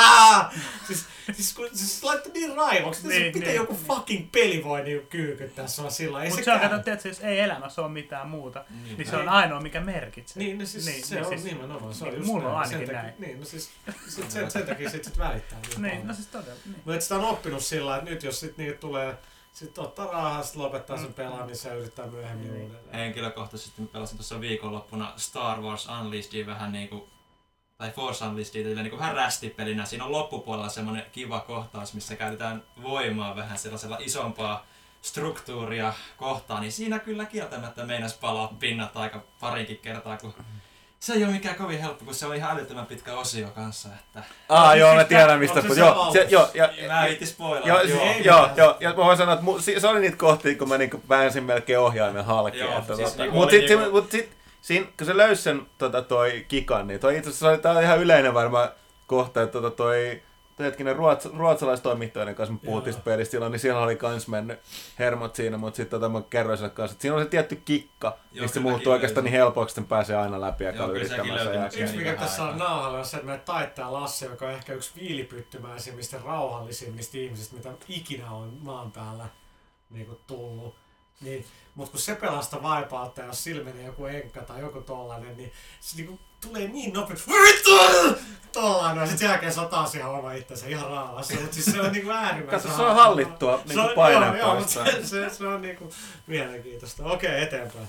Siis laittoi niin raivoksi, että miten joku fucking peli voi niinku kyykyttää sua sillä. Mutta se on katsottu, että jos ei elämässä ole mitään muuta, niin se on ainoa mikä merkitsee. Niin, no siis se on nimenomaan. Se on just mulla on ainakin näin. Niin, no siis sen takia sit välittää. Niin, no siis todella. Mutta sitä on oppinut sillä, että nyt jos sit niitä tulee sitten ottaa rahaa, sitten lopettaa sen pelaamisen ja yrittää myöhemmin uudelleen. Henkilökohtaisesti pelasin tuossa viikonloppuna Star Wars Unleashedia vähän niinku, tai Force Unleashedia niinku vähän rästipelinä. Siinä on loppupuolella semmonen kiva kohtaus, missä käytetään voimaa vähän sellaisella isompaa struktuuria kohtaan, niin siinä kyllä kieltämättä meinas palaa pinnat aika parinkin kertaa, kun se ei ole mikään kovin helppo, kun se on ihan älyttömän pitkä osio kanssa, että... Joo, mä tiedän mistä... Mä viitin spoilaa. Ja mä voin sanoa, että se oli niitä kohtia, kun mä niinku väänsin melkein ohjaimen halkeen. Mut sit, kun se löysi sen toi kikan, niin toi itse asiassa tää oli ihan yleinen varmaan kohta, että hetkinen ruotsalaistoimittajan kanssa me puhuttiin pelistä silloin, niin siellä oli kans mennyt hermot siinä, mutta sitten mä kerroin sille kanssa, että siinä on se tietty kikka, mistä se muuttuu oikeastaan niin helpoksi, että pääsee aina läpi ja käy yrittämässä. Yksi mikä tässä on nauhalla on se, että meidän taittaja Lassi, joka on ehkä yksi viilipyttymäisimmistä rauhallisimmista ihmisistä, mitä ikinä on maan päällä niin tullut. Niin, mutta kun se pelasta vaipautta, jos sillä menee joku enkka tai joku tollanen, niin se niinku tulee niin nopeasti. Tollanen, ja sit sen jälkeen se on taas ihan oma itsensä ihan rauhassa. Mutta siis se on niinku äärimmäisen se on hallittua niinku paineenpaista. Se on niinku mielenkiintoista. Okei, eteenpäin.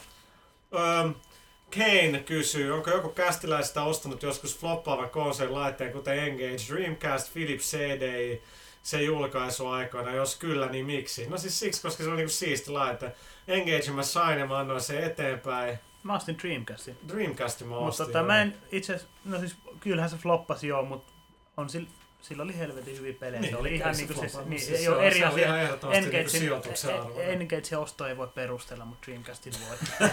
Kane kysyy, onko joku kästiläisistä ostanut joskus floppaavan konsolin laitteen, kuten Engage, Dreamcast, Philips CDI, se julkaisuaikoina, jos kyllä, niin miksi? No siis siksi, koska se on niinku siisti laite. Engage mä sain ja mä annoin sen eteenpäin. Mä ostin Dreamcastin. Dreamcastin mä ostin. Mutta mä en itse no siis kyllähän se floppasi joo, mutta on sillä oli helvetin hyviä pelejä. Niin, se oli ihan niinku se ei ole eri asia. Engagein osto ei voi perustella, mutta Dreamcastin voi.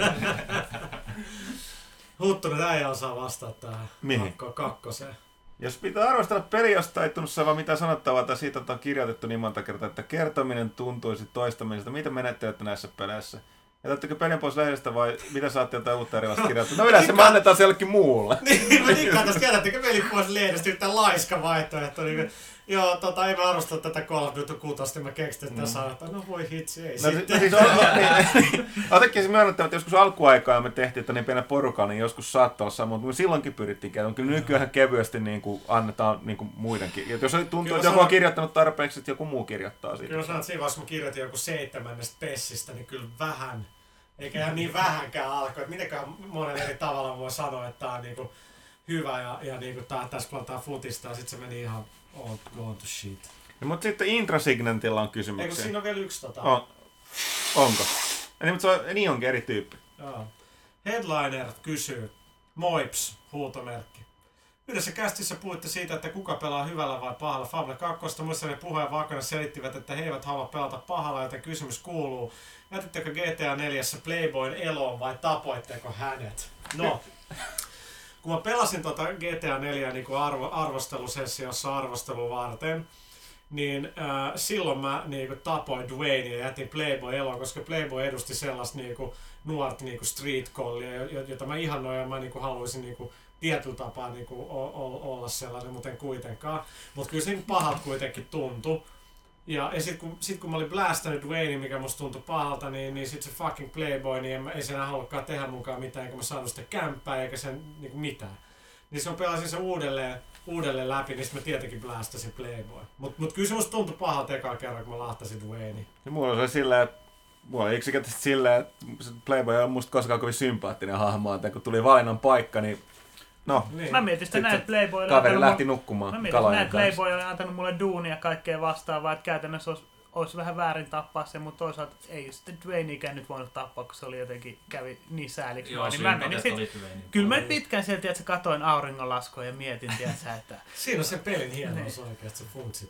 Huttunen äijä osaa vastata tähän. Mihin? Kakkoseen. Jos pitää arvostella peli, josta ei tunnu saavan mitään sanottavaa, tai siitä on kirjoitettu niin monta kertaa, että kertominen tuntuisi toistamiselta. Mitä menettelette näissä peleissä? Jätättekö pelin pois lehdestä vai mitä saatte jotain uutta erilaista kirjoittaa? No yleensä me annetaan se jollekin muulle. Niin, mä nikkaan tästä jätättekö pelin pois lehdestä yhtään laiska vaihtoehto. Niin, joo, ei mä arvostella tätä Call of Duty 6, niin mä keksin tätä sanaa, että no voi hitsi, ei sitten. Siis otekin se myönnettävä, että joskus alkuaikaa me tehtiin, että niin pienen porukalla, niin joskus saattaa olla sama, mutta me silloinkin pyrittiin käydä. Kyllä nykyään kevyesti niin kuin annetaan niin kuin muidenkin. Et jos tuntuu, että joku on kirjoittanut tarpeeksi, että joku muu kirjoittaa siitä. Kyllä sanoin, että siinä vaiheessa kun kirjoitin joku 7. Pessistä, niin kyllä vähän, eikä ihan niin vähänkään alkoi. Että mitenkään monen eri tavalla voi sanoa, että tää on niin kuin hyvä ja niin kuin tässä pelataan futista ja sitten se meni ihan all gone to shit. Ja, mutta sitten Intrasignantilla on kysymyksiä. Eikö siinä on vielä yksi Onko? Niin, mutta niin onkin eri tyyppi. Joo. Headliner kysyy, Moips, huutomerkki. Yhdessä kästissä puhuitte siitä, että kuka pelaa hyvällä vai pahalla. Fable 2. Muistelen puheen vakana selittivät, että he eivät halua pelata pahalla, joten kysymys kuuluu, jätittekö GTA 4 Playboyn eloon vai tapoitteko hänet? No, kun mä pelasin GTA 4 niin kuin arvostelusessiossa arvostelua varten, niin silloin mä niin tapoin Dwayne ja jätin Playboy eloon, koska Playboy edusti sellaista niin nuorta niin street-collia, jota mä ihannoin ja mä niin haluaisin niin tietyllä tapaa niin olla sellainen, mutta en kuitenkaan. Mutta kyllä siinä pahalta kuitenkin tuntui. Ja sit kun mä olin blästänyt Dwayne, mikä musta tuntui pahalta, niin sit se fucking Playboy, niin ei se enää halunnutkaan tehdä munkaan mitään, enkä mä saanut sitä kämppää eikä sen niin mitään. Niin se on pelasin se uudelleen läpi, niin sit mä tietenkin blästäsin Playboy. Mut kyllä se musta tuntui pahalta ekaa kerran, kun mä lahtasin Dwayne. Ja mulla oli silleen, että mulla oli yksinkertaisesti silleen, että Playboy on musta koskaan kovin sympaattinen hahmo, että kun tuli valinnan paikka, niin no. Niin. Mä mietin sitä näin, että Playboy kaveri lähti nukkumaan kalajan kanssa. Playboy oli antanut mulle duunia kaikkea vastaavaa, että käytännössä olisi vähän väärin tappaa sen, mutta toisaalta ei sitten Dwayneikään nyt voinut tappaa, kun se oli jotenkin kävi niin sääliksi. Joo, niin mä menin kyllä mä pitkään sieltä, että katoin auringonlaskua ja mietin, että siinä on se pelin hienous oikeesti, se funtsit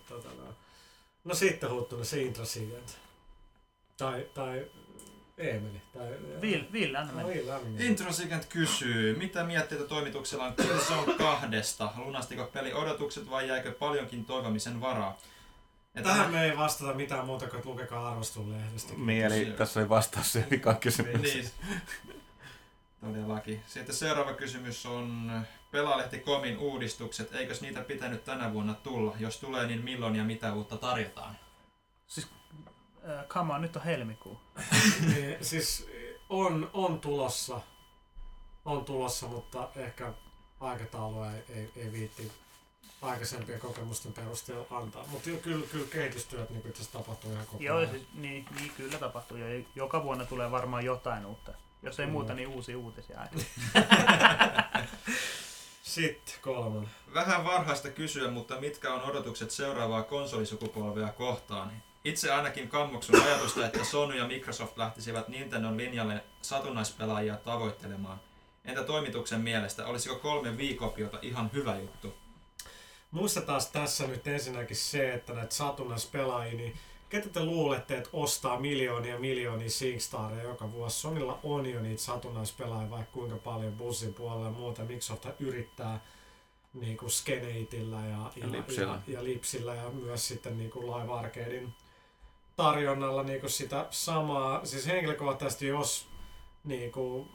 No sitten Huttunen, se Intrasigant. Tai Eemeli. Ville, anna mennä. Introsigant kysyy, mitä mietteitä toimituksella on Killzone 2? Lunastiko peli odotukset vai jäikö paljonkin toivomisen varaa? Tähän me ei vastata mitään muuta kuin lukekaa arvostelulehdestä. Eli tässä oli vastaus siihen vikaan kysymykseen. Niin. Todellakin. Sitten seuraava kysymys on Pelaalehti.comin uudistukset. Eikös niitä pitänyt tänä vuonna tulla? Jos tulee, niin milloin ja mitä uutta tarjotaan? Siis, come on, nyt on helmikuu. Niin, siis on tulossa, mutta ehkä aikataulua ei viitti aikaisempien kokemusten perusteella antaa. Mutta kyllä kehitystyöt niin itse asiassa tapahtuu ihan koko ajan. Joo, siis, niin kyllä tapahtuu. Ja joka vuonna tulee varmaan jotain uutta. Jos ei muuta, niin uusia uutisia. Sitten 3. Vähän varhaista kysyä, mutta mitkä on odotukset seuraavaa konsolisukupolvea kohtaan? Itse ainakin kammoksun ajatusta, että Sony ja Microsoft lähtisivät Nintendon linjalle satunnaispelaajia tavoittelemaan. Entä toimituksen mielestä, olisiko 3 Wii-kopiota ihan hyvä juttu? Muistetaan tässä nyt ensinnäkin se, että näitä satunnaispelaajia, niin ketä te luulette, että ostaa miljoonia SingStaria joka vuosi? Sonylla on jo niitä satunnaispelaajia vaikka kuinka paljon bussin puolella ja muuta. Microsoft yrittää niin kuin Skeneitillä ja Lipsillä ja myös sitten niin kuin Live Arcadein tarjonnalla niin kuin sitä samaa. Siis henkilökohtaisesti jos niin kuin,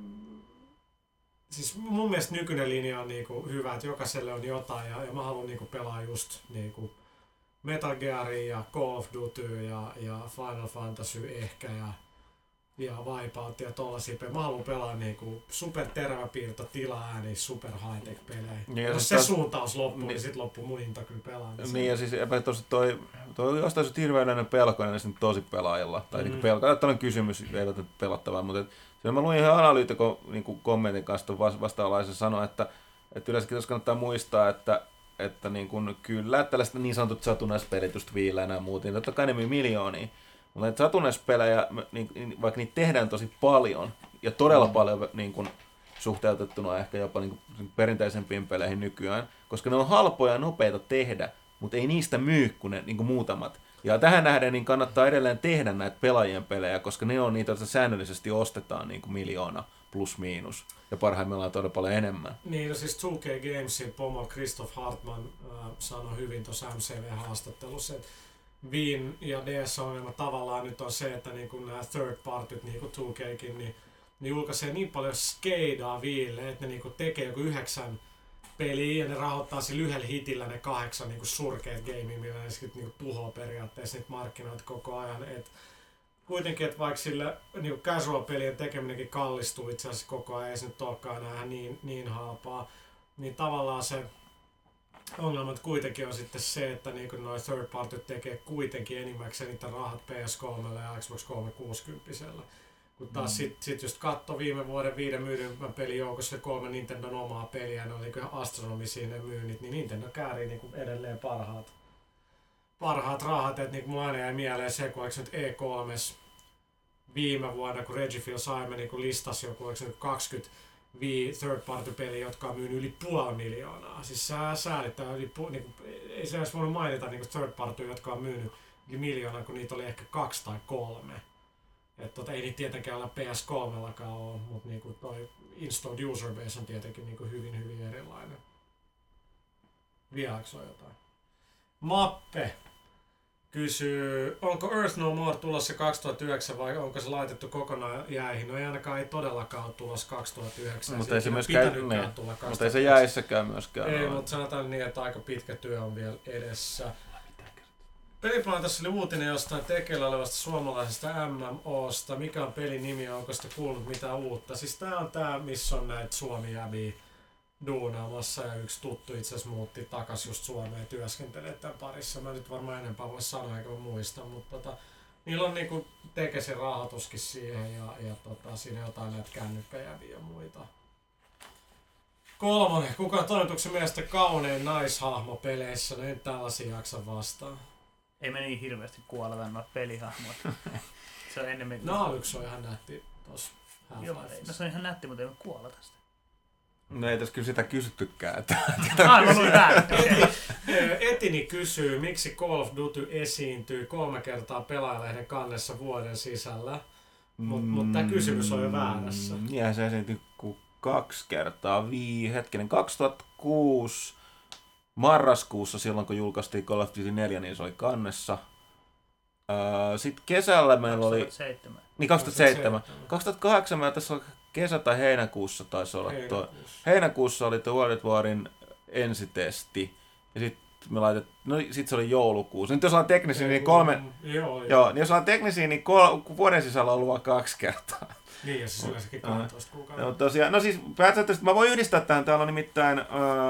siis mun mielestä nykyinen linja on niin kuin hyvä, että jokaiselle on jotain ja mä haluan niin kuin pelaa just niin kuin Metal Gearia ja Call of Duty ja Final Fantasy ehkä ja Wipeout ja tollasia pelejä. Mä haluan pelaa niinku super teräväpiirto tilaääni super high-tech pelejä. Niin, jos se suuntaus loppuu, niin sit loppuu mun into kyllä pelaamiseen. Niin ja siis toi jostain hirveän yleinen pelko näistä tosi pelaajilla. Tai niinku pelko, tällainen kysymys, ei ole pelottavaa, mutta se mä luin ihan analyytikon niinku kommentin kanssa vastaavanlaisen sanoa, että yleensäkin tässä kannattaa muistaa, että niin kun, kyllä tällaista niin sanotut satunnaispelitystä viillä enää muutin, totta kai ne myy miljoonia, mutta näitä satunnaispelejä, niin, vaikka niitä tehdään tosi paljon, ja todella paljon niin kun, suhteutettuna ehkä jopa niin kun, perinteisempiin peleihin nykyään, koska ne on halpoja ja nopeita tehdä, mutta ei niistä myy kuin ne niin kun muutamat. Ja tähän nähden niin kannattaa edelleen tehdä näitä pelaajien pelejä, koska ne on niitä, joita säännöllisesti ostetaan niin kuin miljoona plus miinus. Ja parhaimmillaan todella paljon enemmän. Niin, no siis 2K Gamesin pomo Christoph Hartman sanoi hyvin tuossa MCV-haastattelussa, että Viin ja DS-ongelma tavallaan nyt on se, että niinku nämä third partyt, niinku 2Kkin, niin ne julkaisee niin paljon skeidaa Viille, että ne niinku tekee joku 9 peliä ja ne rahoittaa sillä yhdellä hitillä ne 8 niinku surkeat gamea, millä ne sitten niinku tuhoaa periaatteessa niitä markkinoita koko ajan. Et kuitenkin, että vaikka sillä niinku casual-pelien tekeminenkin kallistuu itse asiassa koko ajan, ei se nyt olekaan enää niin halpaa, niin tavallaan se ongelma kuitenkin on sitten se, että niinku noi third partyt tekee kuitenkin enimmäkseen niitä rahat PS3 ja Xbox 360. Kun taas sit just katso viime vuoden 5 myydymän pelin joukossa 3 Nintendon omaa peliä, ne oli niinku astronomisia ne myynnit, niin Nintendo käärii niinku edelleen parhaat rahat. Et niinku mulla aina jäi mieleen se, kun nyt E3 viime vuonna, kun Reggie Fils-Aime niinku listasi joku 20 third party peliä, jotka on myynyt yli 500 000. Siis säälittää niinku, ei se edes voinut mainita niinku third party, jotka on myynyt yli 1 000 000, kun niitä oli ehkä 2 tai 3. Et ei niitä tietenkään olla PS3:llakaan ole, mutta niinku toi installed user base on tietenkin niinku hyvin erilainen. Vieläkö on jotain? Mappe kysyy, onko Earth No More tulossa 2009 vai onko se laitettu kokonaan jäihin? No ei ainakaan, ei todellakaan ole tulossa 2009. Mutta ei se myöskään, mutta ei se jäissäkään myöskään. Ei, mutta sanotaan niin, että aika pitkä työ on vielä edessä. Peliplaneetassa oli uutinen jostain tekeillä olevasta suomalaisesta MMOsta. Mikä on pelin nimi, onko sitä kuullut mitään uutta? Siis tää on tää, missä on näitä Suomi-jäviä duunaamassa ja yksi tuttu itse asiassa muutti takas just Suomeen ja työskentelee tämän parissa. Mä nyt varmaan enempää voi sanoa eikä muista, mutta niillä on niinku Tekesin rahoituskin siihen ja siinä jotain näitä kännykkäjäviä ja muita. 3. Kuka on toimituksen mielestä kaunein naishahmo peleissä? No en tällaisia jaksa vastaan. Ei me niin hirveästi kuoleta noita pelihahmoja. Se on enemmän... Naalyks on ihan nätti tossa Half-Lifeissa. No se on ihan nätti, mutta ei me kuoleta sitä. No ei tässä kyllä sitä kysyttykään. Mä luin väärin. Etini kysyy, miksi Call of Duty esiintyy 3 kertaa Pelaajalehden kannessa vuoden sisällä. Mutta tämä kysymys on jo väärässä. Ja se esiintyi 2 kertaa. 2006 marraskuussa, silloin kun julkaistiin Call of Duty 4, niin se oli kannessa. Sitten kesällä meillä 2007. oli... Niin, 2007. 2008 meillä tässä oli kesä- tai heinäkuussa taisi olla heinäkuussa oli tuo World at Warin ensitesti. Ja sitten me laitettiin... No sit se oli joulukuussa. Nyt jos ollaan teknisiä, niin Joo, niin jos ollaan teknisiä, niin vuoden sisällä on ollut 2 kertaa. Niin, ja siis yleensäkin 12 kuukautta. No tosiaan, no siis päätsääntöisesti mä voin yhdistää tämän. Täällä on nimittäin...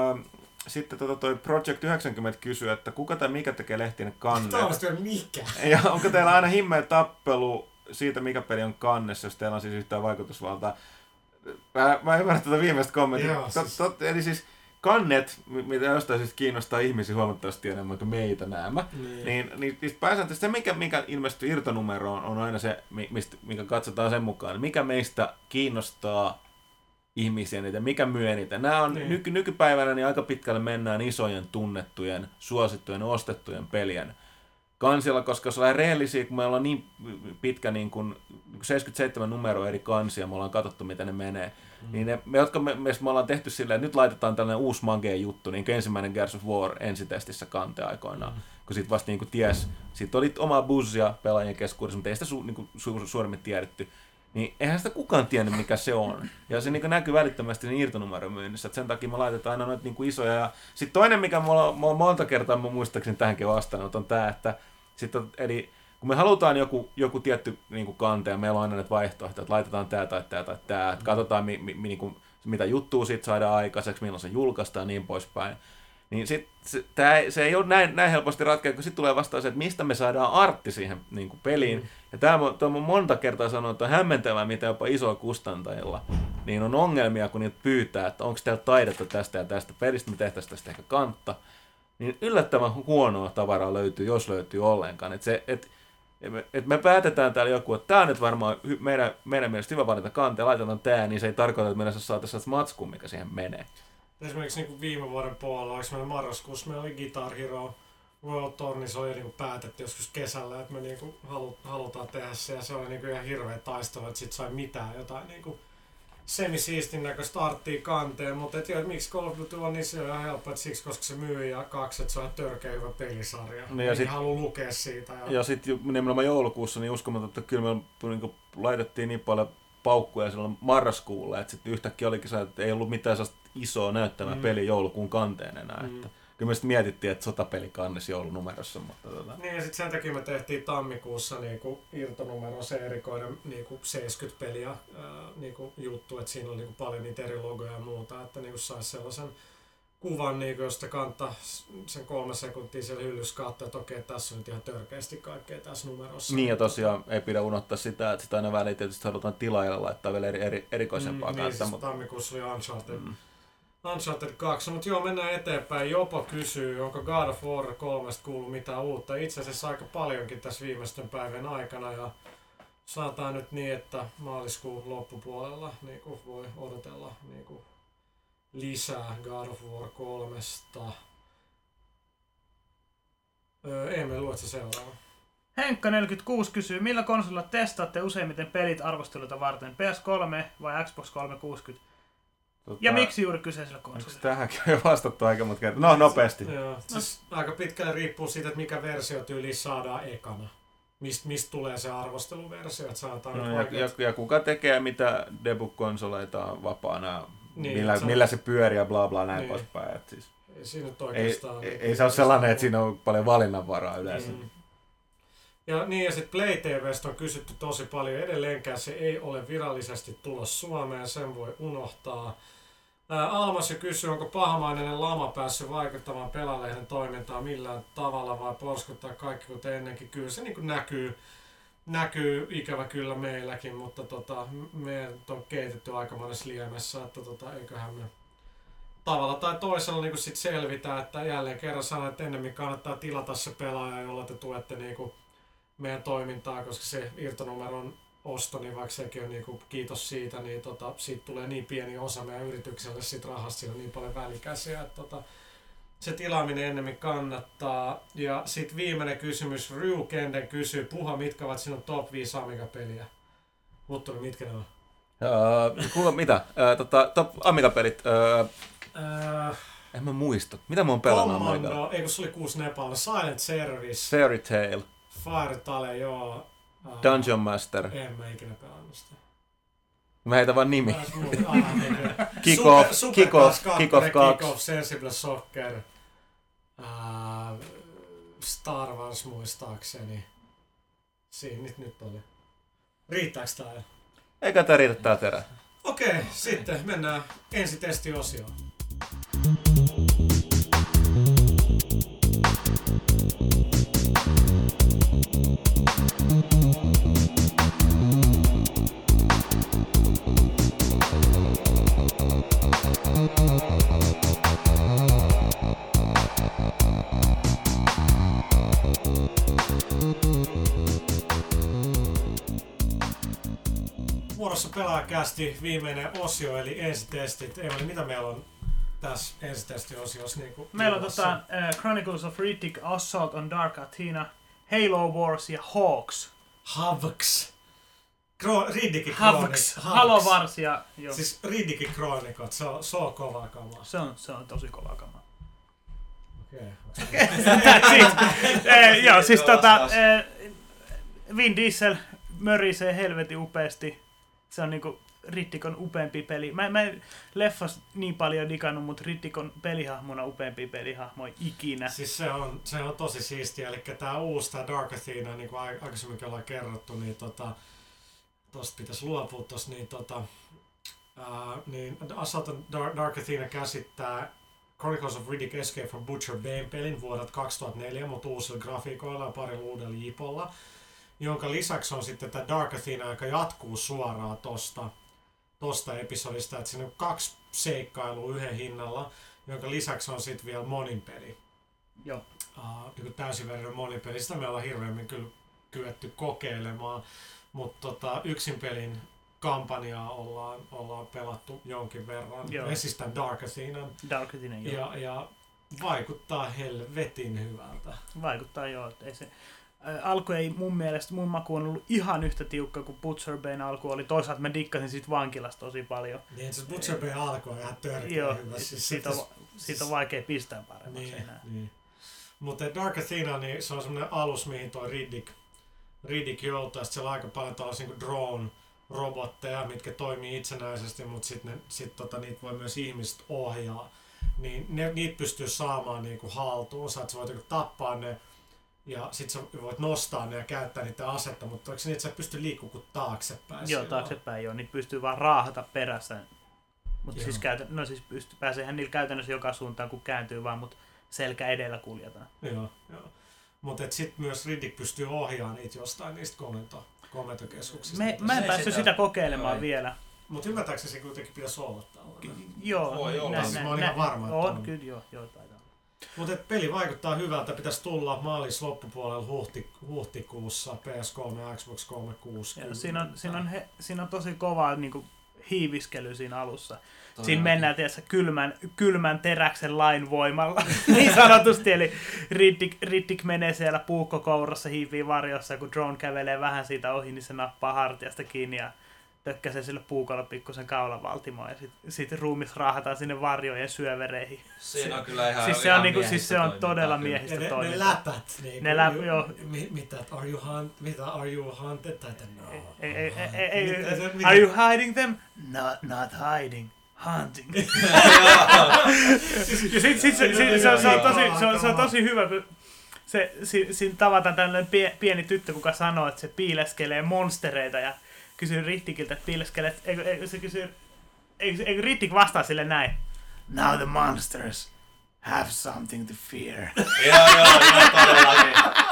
Sitten toi Project 90 kysyy, että kuka tai mikä tekee lehtien kannet. Toivottavasti on mikä. Ja onko teillä aina himmeä tappelu siitä, mikä peli on kannessa, jos teillä on siis yhtään vaikutusvaltaa? Mä ymmärrän tätä viimeistä kommenttia. Eli siis kannet, mitä jostain siis kiinnostaa ihmisiä huomattavasti enemmän kuin meitä nämä. Niin pääsääntöisesti se, mikä ilmestyy irtonumeroon, on aina se, mikä katsotaan sen mukaan. Mikä meistä kiinnostaa ihmisiä niitä, mikä myy eniten. Nämä on nykypäivänä niin aika pitkälle mennään isojen, tunnettujen, suosittujen, ostettujen pelien kansilla, koska jos ollaan rehellisiä, kun meillä on niin pitkä niin kuin 77 numeroa eri kansia, me ollaan katsottu, miten ne menee, niin me ollaan tehty silleen, että nyt laitetaan tällainen uusi magee juttu, niin kuin ensimmäinen Gears of War ensitestissä kanteen aikoinaan, kun sitten vasta niin kuin ties, siitä oli omaa buzzia pelaajien keskuudessa, mutta ei sitä suuremmin tiedetty. Niin eihän sitä kukaan tiennyt, mikä se on. Ja se niin näkyy välittömästi sen irtonumeron myynnissä. Sen takia me laitetaan aina noita niin isoja. Ja sitten toinen, mikä mulla on monta kertaa muistaakseni tähänkin vastannut, on tämä, että eli kun me halutaan joku tietty niin kante, ja meillä on aina näitä vaihtoehtoja, että laitetaan tämä tai tämä tai tämä, että katsotaan mitä juttua siitä saadaan aikaiseksi, milloin se julkaistaan ja niin poispäin. Niin se ei ole näin helposti ratkea, kun sitten tulee vastaan se, että mistä me saadaan artti siihen niin kuin peliin. Ja tämä on monta kertaa sanonut, että on hämmentävää, mitä jopa isoilla kustantajilla niin on ongelmia, kun niitä pyytää, että onko teillä taidetta tästä ja tästä pelistä, me tehtäisiin tästä ehkä kantta. Niin yllättävän huonoa tavaraa löytyy, jos löytyy ollenkaan. Et me päätetään täällä joku, että tämä on nyt varmaan meidän mielestä hyvä valita kante, ja laitetaan tämä, niin se ei tarkoita, että meidän saataisiin matskua, mikä siihen menee. Esimerkiksi niin viime vuoden puolella, oliko meillä marraskuussa, meillä oli Guitar Hero World Tour, niin se oli niin päätetty joskus kesällä, että me niin halutaan tehdä se, ja se oli niin ihan hirveä taistelu, että sit sai mitään jotain niin semisiistin näköistä arttia kanteen, mutta miksi Call of Duty on niin se on ihan helppo, että siksi koska se myy ja kaksi, että se on törkeä hyvä pelisarja. Niin halua lukea siitä. Ja sitten nimenomaan joulukuussa niin uskomaton, että kyllä me niin laitettiin niin paljon paukkuja silloin marraskuulle, että sitten yhtäkkiä olikin se, että ei ollut mitään sellaista isoa näyttävää peliä joulukuun kanteen enää. Että kyllä me sitten mietittiin, että sotapeli kannes joulunumerossa. Mutta Niin ja sitten sen takia me tehtiin tammikuussa niinku irtonumero se erikoinen niinku 70 peliä niinku juttu, että siinä oli niinku paljon niitä eri logoja ja muuta, että niinku saisi sellaisen kuvan, niinku, josta kantaa sen 3 sekuntia siellä hyllyssä katsoa, että okei, tässä on nyt ihan törkeästi kaikkea tässä numerossa. Niin ja tosiaan ei pidä unohtaa sitä, että sitä aina väliin tietysti halutaan tilaajalla laittaa vielä erikoisempaa kantaa. Niin siis tammikuussa oli Uncharted 2, mutta joo, mennään eteenpäin. Jopo kysyy, onko God of War 3 kuullut mitään uutta. Itse asiassa aika paljonkin tässä viimeisten päivän aikana ja sanotaan nyt niin, että maaliskuun loppupuolella niin voi odotella niin lisää God of War 3. Emil, luet se seuraava. Henkka46 kysyy, millä konsolilla testaatte useimmiten pelit arvosteluita varten? PS3 vai Xbox 360? Ja miksi juuri kyseisellä konsolilla? Tähänkin on jo vastattu aika monta kertaa. No, nopeasti. Joo, siis aika pitkälle riippuu siitä, että mikä versio tyyliin saadaan ekana. Mistä tulee se arvosteluversio, että saadaan ja kuka tekee mitä debug-konsoleita on vapaana, niin, millä se pyörii ja bla bla näin poispäin. Siis ei siinä nyt oikeastaan... Ei se ole sellainen, että siinä on paljon valinnanvaraa yleensä. Ja niin, ja sitten Play TV:stä on kysytty tosi paljon. Edelleenkään se ei ole virallisesti tulossa Suomeen, sen voi unohtaa. Almas kysyy, onko pahamainen lama päässyt vaikuttamaan Pelalehden toimintaan millään tavalla vai porskuttaa kaikki kuten ennenkin. Kyllä se niin näkyy ikävä kyllä meilläkin, mutta me on keitetty aika monessa liemessä, että eiköhän me tavalla tai toisella niin sit selvitä, että jälleen kerran sanon, että ennemmin kannattaa tilata se pelaaja, jolla te tuette niin meidän toimintaa, koska se irtonumeron osto, niin vaikka sekin on niin kiitos siitä, niin siitä tulee niin pieni osa meidän yritykselle siitä rahasta, siinä on niin paljon välikäsiä, että se tilaaminen ennemmin kannattaa. Ja sitten viimeinen kysymys, Ryu Kenden kysyy, Puha, mitkä ovat sinun top 5 Amiga-peliä? Mutturi, mitkä ne on? Mitä? Top Amiga-pelit? En mä muista. Mitä mä oon pelannut Amigalla? Ei kun se oli 6 Nepal, Silent Service. Fairy Tail. Fire Tale, joo. Dungeon Master. En mä ikinä pelannut sitä. Mä heitän vaan nimi. Kick Off, Sensible Soccer, Star Wars muistaakseni. Siinä nyt oli. Riittääks tää jo? Eikä tää riitä tää terä. Okei, sitten mennään ensitestiosioon. Vuorossa Pelaajakästi viimeinen osio, eli ensitestit. Emeli, mitä meillä on tässä ensitestiosiossa? Niin meillä on Chronicles of Riddick, Assault on Dark Athena, Halo Wars ja Hawks. Havks. Riddickin Havks. Halo Wars ja... Jo. Siis Riddickin kroonikot, se on kovaa kamaa. Se on tosi kovaa kamaa. Okei. Joo, siis Vin Diesel mörisee helvetin upeasti. Se on niinku Riddick on upeampi peli. Mä en leffas niin paljon digannut, mutta Riddick on pelihahmona upeampi pelihahmo ikinä. Siis se on tosi siistiä. Eli tää uusi, tää Dark Athena, niin kuin aikaisemminkin ollaan kerrottu, niin tosta pitäisi luopua tossa, niin Assault on Dark Athena käsittää Chronicles of Riddick Escape from Butcher Bane-pelin vuodelta 2004, mutta uusilla grafiikoilla ja parilla uudella jipolla. Jonka lisäksi on sitten tämä Dark Athena, joka jatkuu suoraan tosta episodista, että siinä on 2 seikkailua yhden hinnalla, jonka lisäksi on sitten vielä monin peli. Joo. Täysiverinen monin peli. Sitä me ollaan hirveämmin kyllä kyetty kokeilemaan, mutta yksin pelin kampanjaa ollaan pelattu jonkin verran. Joo. Esistän Dark Athenan. Dark Athena, joo. Ja vaikuttaa helvetin hyvältä. Vaikuttaa joo, ei se... alku ei mun mielestä, mun maku on ollut ihan yhtä tiukka kuin Butcher Bayn alku oli. Toisaalta mä dikkasin siitä vankilasta tosi paljon. Niin, se Butcher Bayn alku on ihan törkeä hyvä. Siis siitä on vaikea pistää paremmaksi enää. Niin. Mutta Dark Athena, niin se on semmoinen alus, mihin toi Riddick joutuu. Sitten siellä on aika paljon tällaisia niin drone-robotteja, mitkä toimii itsenäisesti, mutta sitten niitä voi myös ihmiset ohjaa. Niin niitä pystyy saamaan niinku haltuunsa, että sä voit niinku tappaa ne ja sit sä voit nostaa ne ja käyttää niitä asetta, mutta onko se niin, että sä pystyy liikkumaan kuin taaksepäin? Joo, taaksepäin joo, niitä pystyy vaan raahata perässä. Mutta pääseehän niillä käytännössä joka suuntaan, kun kääntyy vaan, mutta selkä edellä kuljetaan. Joo. Mutta sitten myös Riddick pystyy ohjaamaan niitä jostain niistä komentokeskuksista. Mä en päässyt sitä kokeilemaan vielä. Mutta ymmärtääkseni se kuitenkin pitäisi olla tällainen. Joo, mä oon ihan varma, että on. Kyllä, joo, taitaa. Mutta peli vaikuttaa hyvältä. Pitäisi tulla maalis loppupuolella huhtikuussa PS3 ja Xbox 360. Siinä on tosi kovaa niinku hiiviskely siinä alussa. Siinä mennään tietysti kylmän teräksen lain voimalla, niin sanotusti. Eli Riddick menee siellä puukkokourassa, hiipii varjossa, kun drone kävelee vähän siitä ohi, niin se nappaa hartiasta kiinni ja tökkäsee sille puukolla pikkusen kaulavaltimoon. Ja sitten ruumis raahataan sinne varjojen syövereihin. Siinä on kyllä ihan siis se on todella miehistä toimintaa. Ne läpät. Joo. Mitä? Are you hunted? Are you hiding them? Not hiding. Hunting. Ja se on tosi hyvä, kun siinä tavataan tällainen pieni tyttö, kuka sanoo, että se piileskelee monstereita ja kysyy Riddickiltä, että piileskelee, eikö Riddick vastaa sille näin? Now the monsters have something to fear. Joo, todellakin.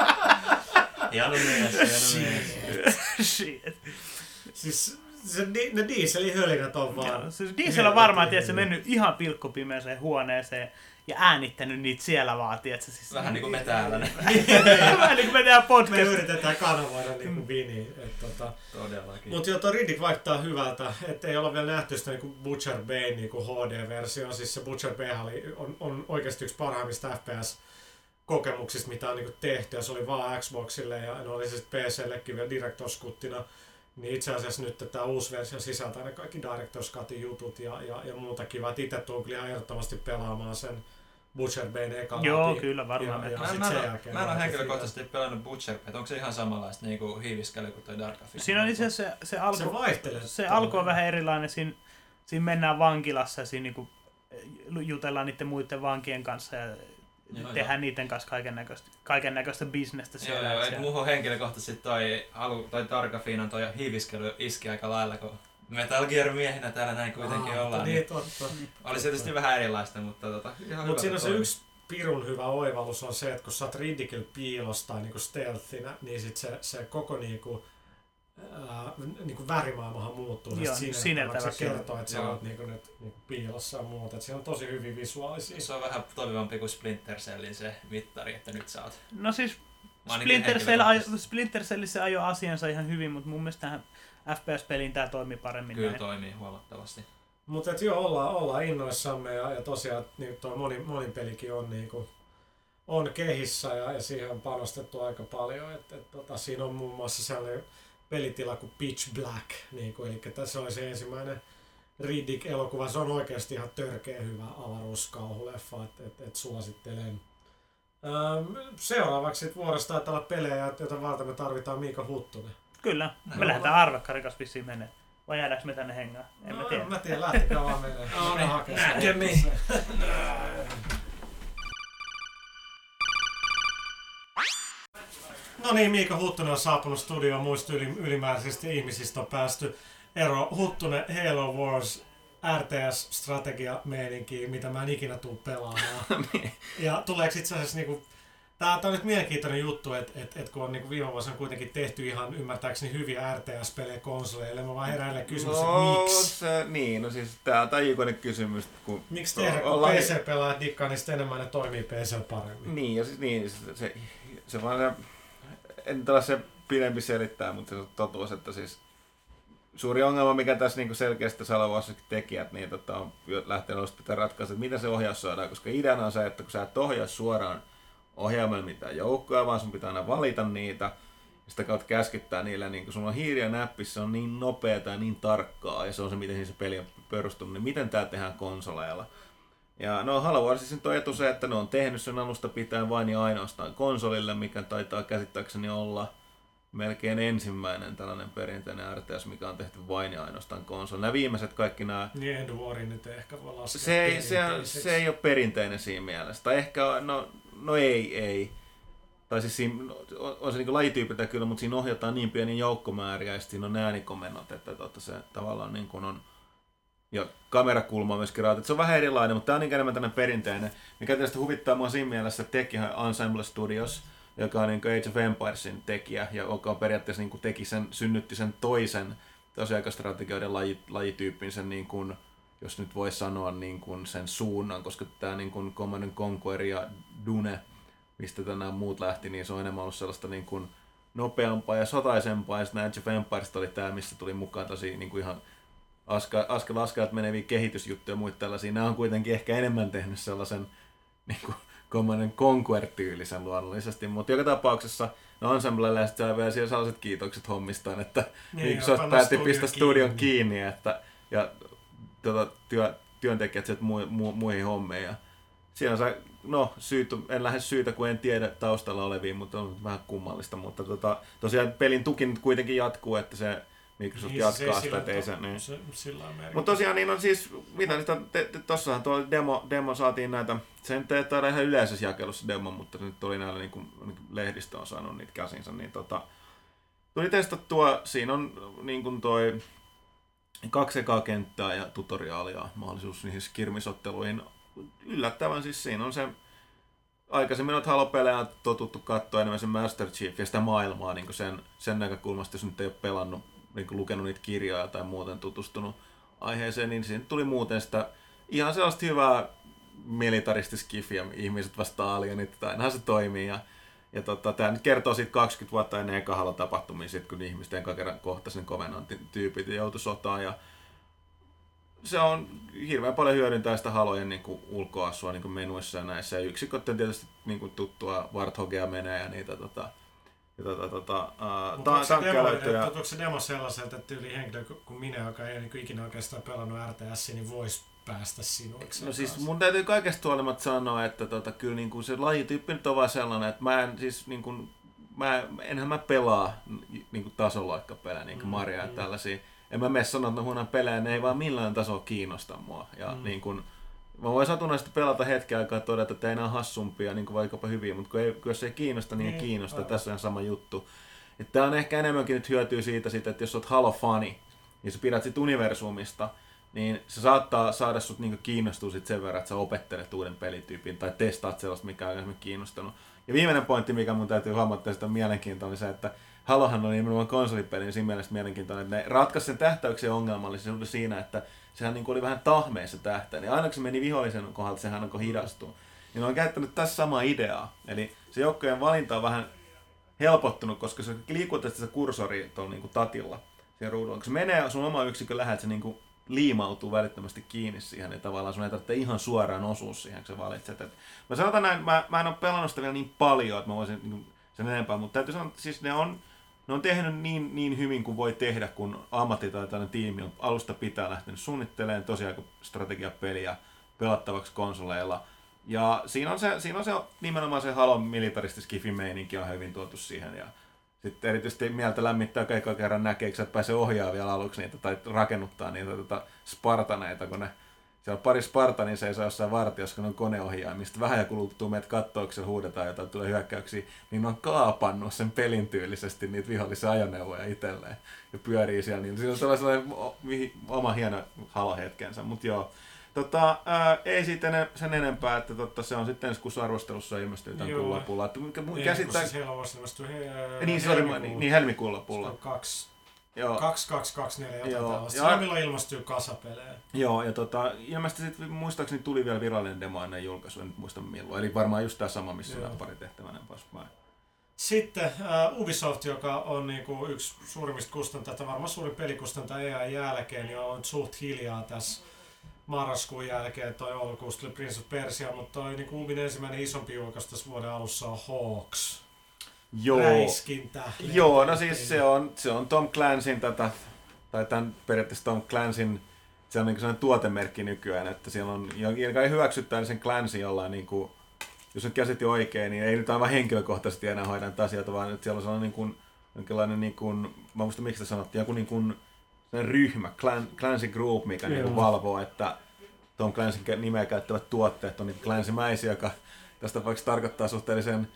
Hieno mies. Shit. Siis ne dieselihölinät on vaan. Joo, siis diesel on varmaan, että se mennyt ihan pilkkopimeeseen huoneeseen ja äänittänyt niitä siellä vaan, tietsä. Siis vähän niin kuin me täällä. Vähän niin kuin me tehdään podcastia. Me yritetään kanavoida niin kuin Vini. Todellakin. Mutta joo, tuo Riddick vaikuttaa hyvältä. Että ei olla vielä nähty sitä niin Butcher Bayn niin HD-versio. Siis se Butcher Bay on oikeasti yksi parhaimmista FPS-kokemuksista, mitä on niin kuin tehty. Ja se oli vaan Xboxille ja ne oli siis PC:llekin vielä Director's Cutina. Niin itse asiassa nyt tämä uusi versio sisältää ne kaikki Director's Cutin jutut ja muuta kivaa. Itse tuun kyllä ihan ehdottomasti pelaamaan sen Butcher Bayn ekan läpi. Joo, kyllä varmaan. Mä en ole henkilökohtaisesti pelannut Butcher Bay. Onko se ihan samanlaista niin kuin hiiviskely kuin toi Dark Athena? Siinä on itse asiassa se alku on vähän erilainen. Siinä mennään vankilassa ja siinä niinku jutellaan niiden muiden vankien kanssa ja tehdään niiden kanssa kaikennäköistä bisnestä siellä. Joo, muuhun henkilökohtaisesti toi Dark Athenan toi hiiviskely iski aika lailla, kun Metal Gear miehinä täällä näin kuitenkin ollaan. Niin, totta. Oli se tietysti vähän erilaista, mutta ihan Mutta siinä on se yksi pirun hyvä oivallus on se, että kun sä oot Riddickillä piilossa tai niinku stealthinä, niin sit se koko niinku värimaailmahan muuttuu. Joo, se kertoo, että sä oot niinku piilossa ja muuta. Siellä on tosi hyvin visuaalisia. Se on vähän toimivampi kuin Splinter Cellin se mittari, että nyt sä oot. No siis Splinter Cellissä ajoi asiansa ihan hyvin, mutta mun mielestä tähän FPS-peliin tää toimii paremmin. Kyllä toimii huomattavasti. Mutta ollaan innoissamme ja tosiaan niin tuo monin pelikin on niinku on kehissä ja siihen on panostettu aika paljon. Siinä on muun muassa sellainen pelitila kuin Pitch Black, niinku, eli tässä oli se ensimmäinen Riddick-elokuva. Se on oikeasti ihan törkeä hyvä avaruuskauhuleffa, että suosittelen. Seuraavaksi vuodesta taitaa olla pelejä, joita varten me tarvitaan Miika Huttunen. Kyllä, me lähdetään arvekkarikas vissiin menee. Vai jäädäänkö me tänne hengaan? En mä tiedä. Mä tiedän, lähtikää vaan menee. No niin, Miika Huttunen on saapunut studioon. Muista ylimääräisesti ihmisistä on päästy ero. Huttunen, Halo Wars, RTS-strategia-meininkiä, mitä mä en ikinä tuu pelaamaan. Ja tuleeko itse asiassa niinku... Tää on nyt mielenkiintoinen juttu, että kun on niinku viime vuosina kuitenkin tehty ihan ymmärtääkseni hyviä RTS-pelejä konsoleille, mä vaan herään kysymys, että miksi? No siis tää on ikuinen kysymys. Miksi tehdä, kun PC-pelaajat dikkaa, niin enemmän ne toimii PC paremmin? Niin, ja se vaan, en tällä se pidempi selittää, mutta se on totuus, että siis suuri ongelma, mikä tässä niinku selkeästi Salovuossakin tekijät niin on lähtenyt pitää ratkaista, että miten se ohjaus saadaan, koska ideana on se, että kun sä et ohjaa suoraan ohjaimella mitään joukkoja, vaan sun pitää aina valita niitä. Ja sitä kautta käskyttää niillä, niin kun sulla on hiiri ja näppi, se on niin nopeata ja niin tarkkaa, ja se on se, miten se peli on perustunut, niin miten tää tehdään konsoleilla. Ja no Halo Warsin on etu se, että ne on tehnyt sen alusta pitäen vain ja ainoastaan konsolille, mikä taitaa käsittääkseni olla melkein ensimmäinen tällainen perinteinen RTS, mikä on tehty vain ja ainoastaan konsolille. Nämä viimeiset kaikki nämä... Niin End Warin nyt ehkä voi laskea se ei ole perinteinen siinä mielessä. Tai ehkä, no ei. Tai siis siinä on se niin lajityypiltä kyllä, mutta siinä ohjataan niin pieniä joukkomääriä ja siinä on äänikomennot, että se tavallaan niin kuin on... Ja kamerakulma myöskin rautat. Se on vähän erilainen, mutta tämä on niin enemmän tämmöinen perinteinen. Mikä tietysti huvittaa mua siinä mielessä, että tekihän Ensemble Studios, joka on niin Age of Empiresin tekijä, ja joka on periaatteessa niin synnytti sen toisen tosiaikastrategioiden lajityyppin, sen niin kuin, jos nyt voi sanoa niin kuin sen suunnan, koska tämä niin kuin Command & Conquer ja Dune, mistä nämä muut lähti, niin se on enemmän ollut sellaista niin kuin nopeampaa ja sotaisempaa, ja sitten Age of Empires oli tämä, missä tuli mukaan tosi niin kuin ihan askel meneviä kehitysjuttuja ja muita tällaisia. Nämä on kuitenkin ehkä enemmän tehnyt sellaisen niin kuin Command & Conquer-tyylisen luonnollisesti, mutta joka tapauksessa no Ensemblelle ja sitten vielä siellä sellaiset kiitokset hommistaan, että niin, se päätti pistää studion kiinni että, ja työntekijät sieltä muihin hommiin. Ja siellä sai, no en lähde syytä, kun en tiedä taustalla oleviin, mutta on vähän kummallista, mutta tosiaan pelin tuki nyt kuitenkin jatkuu, että se Microsoft niin, jatkaa sitä, ettei se niin. Mutta tosiaan niin on siis, mitä sitä, tossahan tuolla demo saatiin näitä, se nyt ei taida ihan yleisessä jakelussa demo, mutta nyt oli näillä niin kuin lehdistö on saanut niitä käsinsä, niin tuli testattua, siinä on niin kuin toi 2 ekaa kenttää ja tutoriaalia, mahdollisuus niihin skirmisotteluihin, yllättävän siis siinä on se, aikaisemmin noita Halo-pelejä on totuttu katsoa enemmän sen Master Chief ja sitä maailmaa niin kuin sen näkökulmasta, jos nyt ei ole pelannut, niin kuin lukenut niitä kirjoja tai muuten tutustunut aiheeseen, niin siinä tuli muuten sitä ihan sellaista hyvää militaristiskifiä, ihmiset vastaan alienit, tai ainahan se toimii. Ja tämä nyt kertoo siitä 20 vuotta ennen eka Halo-tapahtumia, sit, kun ihmisten eka kerran kohtasi ne Covenantin tyypit ja joutui sotaan. Ja se on hirveän paljon hyödyntää sitä Halojen niin kuin ulkoasua niin kuin menuissa ja näissä. Ja yksikköt on tietysti niin kuin tuttua Warthogea menee ja niitä onko se demo sellaiselta, että yli henkilö kuin minä, joka ei niin ikinä oikeastaan pelannut RTS, niin voisi päästä sinuiksi? No siis mun täytyy kaikesta huolimatta sanoa, että kyllä niin kuin se lajityyppi nyt on vaan sellainen, että enhän mä pelaa niin kuin tasoloikkapelejä, niin kuin Maria ja tällaisia. En mä mene sanoa, että huonoja pelejä, ne ei vaan millään tasolla kiinnosta mua. Ja niin kuin, mä voin satunnaisesti pelata hetken aikaa ja todeta, että ei nämä hassumpia, niin kuin vaikkapa hyviä, mutta jos ei kiinnosta, niin ei kiinnosta. Tässä on sama juttu. Tämä on ehkä enemmänkin nyt hyötyä siitä, että jos olet Halo-fani, niin sä pidät sit universumista, niin se saattaa saada sut niinku kiinnostua sit sen verran, että sä opettelet uuden pelityypin tai testaat sellaista, mikä on esimerkiksi kiinnostanut. Ja viimeinen pointti, mikä mun täytyy huomata, että on mielenkiintoinen, oli se, että Halohan on nimenomaan konsolipeli, niin siinä mielessä mielenkiintoinen, että ne ratkaisi sen tähtäyksen ongelmallisuuden siinä, että sehän niin oli vähän tahmeessa tähtäin. Ja aina kun se meni vihollisen kohdalta, sehän alkoi hidastua. Ja ne on käyttänyt tässä samaa ideaa. Eli se joukkojen valinta on vähän helpottunut, koska se liikutat sitä kursoria tuolla niin tatilla siellä ruudulla. Kun se menee sun oma yksikön läheltä, se niin liimautuu välittömästi kiinni siihen, ja tavallaan sun ei tarvitse ihan suoraan osua siihen, kun sä valitset. Mä sanotaan näin, mä en ole pelannut sitä vielä niin paljon, että mä voisin niin sen enempää, mutta täytyy sanoa, että siis ne on tehnyt niin hyvin kuin voi tehdä, kun ammattitaitoinen tiimi on alusta pitää lähtenyt suunnittelemaan tosiaan strategiapeliä pelattavaksi konsoleilla. Ja siinä on se nimenomaan se Halo militaristiskifi-meininki on hyvin tuotu siihen. Ja sitten erityisesti mieltä lämmittää kaiken kerran näkeeksi, että pääsee ohjaa vielä aluksi niitä tai rakennuttaa niitä spartaneita, kun ne siellä pari Spartanin seisoo jossain vartiossa, kun on koneohjaimista. Vähän ja kuluttuu meidät kattoo, kun huudetaan jotain, tulee hyökkäyksiä, niin ne on kaapannut sen pelin tyylisesti niitä vihollisia ajoneuvoja itselleen ja pyörii siellä. Niin siinä on sellainen oma hieno Halo-hetkensä, mutta joo. Ei siitä sen enempää, että se on sitten ensi kuussa arvostelussa ilmestyy tämän kuun lopulla. Niin helmikuun lopulla. 2224 jotain tällaista. Se on milloin ilmestyy kasapelejä. Joo, ja ilmeisesti sitten muistaakseni tuli vielä virallinen demo ennen julkaisua, en nyt muista milloin. Eli varmaan just tämä sama, missä on pari tehtävänä poispäin. Sitten Ubisoft, joka on niinku yksi suurimmista kustantajista, varmaan suurin pelikustantaja EA:n jälkeen, niin on suht hiljaa tässä marraskuun jälkeen, toi joulukuussa tuli Prince of Persia, mutta toi niin Ubin ensimmäinen isompi julkaisu tässä vuoden alussa on Hawks. Räiskintä. Joo, no siis se on Tom Clancy'n tai tämän periaatteessa Tom Clancy'n, se on niin sellainen tuotemerkki nykyään, että siellä on kai hyväksytään sen Clancy jollain niinku, jos nyt käsitin oikein, niin ei nyt aivan henkilökohtaisesti enää hoida näitä asioita, vaan että siellä on sellainen jonkinlainen mä muistan miksi sitä sanottiin, joku ryhmä, Clancy Group, mikä valvoo, että Tom Clancy nimeä käyttävät tuotteet on Clancy-mäisiä, joka tästä tapauksessa tarkoittaa suhteellisen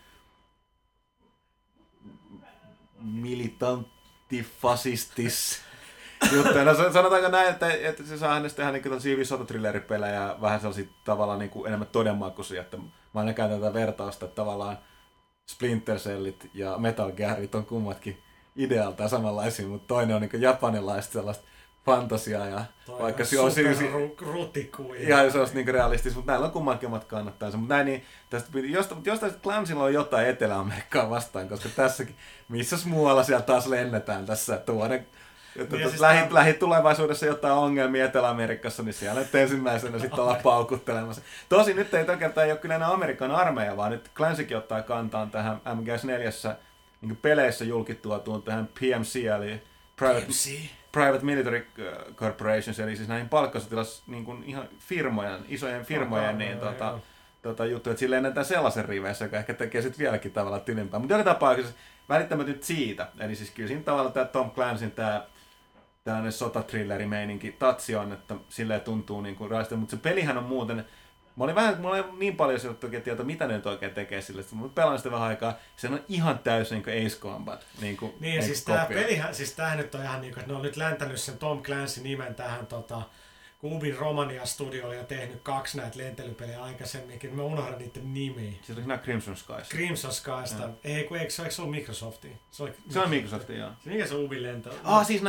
militanttifasistis juttuja. No sanotaanko näin, että se saa hänestä tehdä niin sotatrilleripelejä vähän sellaisia tavallaan niin kuin enemmän todenmakuisia, että mä aina käytän tätä vertausta, että tavallaan Splinter Cellit ja Metal Gearit on kummatkin idealta samanlaisia, mutta toinen on niin japanilaista sellaista fantasiaa ja toi vaikka se on ihan se olisi niin realistista, mutta näillä on kummankin omat kannattansa. Mutta näin, niin jos tästä Clancylla on jotain Etelä-Amerikkaa vastaan, koska tässäkin, missäs muualla siellä taas lennetään tässä, että vuoden siis lähitulevaisuudessa jotain ongelmia Etelä-Amerikassa, niin siellä nyt ensimmäisenä sitten ollaan paukuttelemassa. Tosin nyt ei toki ole kyllä enää Amerikan armeija, vaan nyt Clancykin ottaa kantaan tähän MGS4 niin peleissä julkituotuun tähän PMC, eli Private Military Corporations, eli siis näihin palkkasotilas niin ihan isojen firmojen juttuja, että sille lennetään sellaisen riveissä, joka ehkä tekee sitten vieläkin tavallaan tylimpää. Mutta joka tapauksessa välittämättä nyt siitä, eli siis kyllä siinä tavalla tämä Tom Clancy'n tällainen sotathrillerimeininki tatsi on, että silleen tuntuu niin kuin raista, mutta se pelihän on muuten, mulla oli niin paljon sieltä tietoa, mitä ne nyt oikein tekee sille, että mä pelaan sitä vähän aikaa, se on ihan täysin niin Ace Combat. Niin siis tämä pelihän, siis tämähän nyt on ihan niin kuin, että ne on nyt läntänyt sen Tom Clancy nimen tähän kun Ubin Romania Studio oli jo tehnyt 2 näitä lentelypelejä aikaisemminkin, mä unohdan niiden nimiä. Se oli Crimson Skies. Crimson Skiesta. Eikö se ollut Microsoftia? Se on Microsoftia, joo. Mikä se Ubin lento? Siis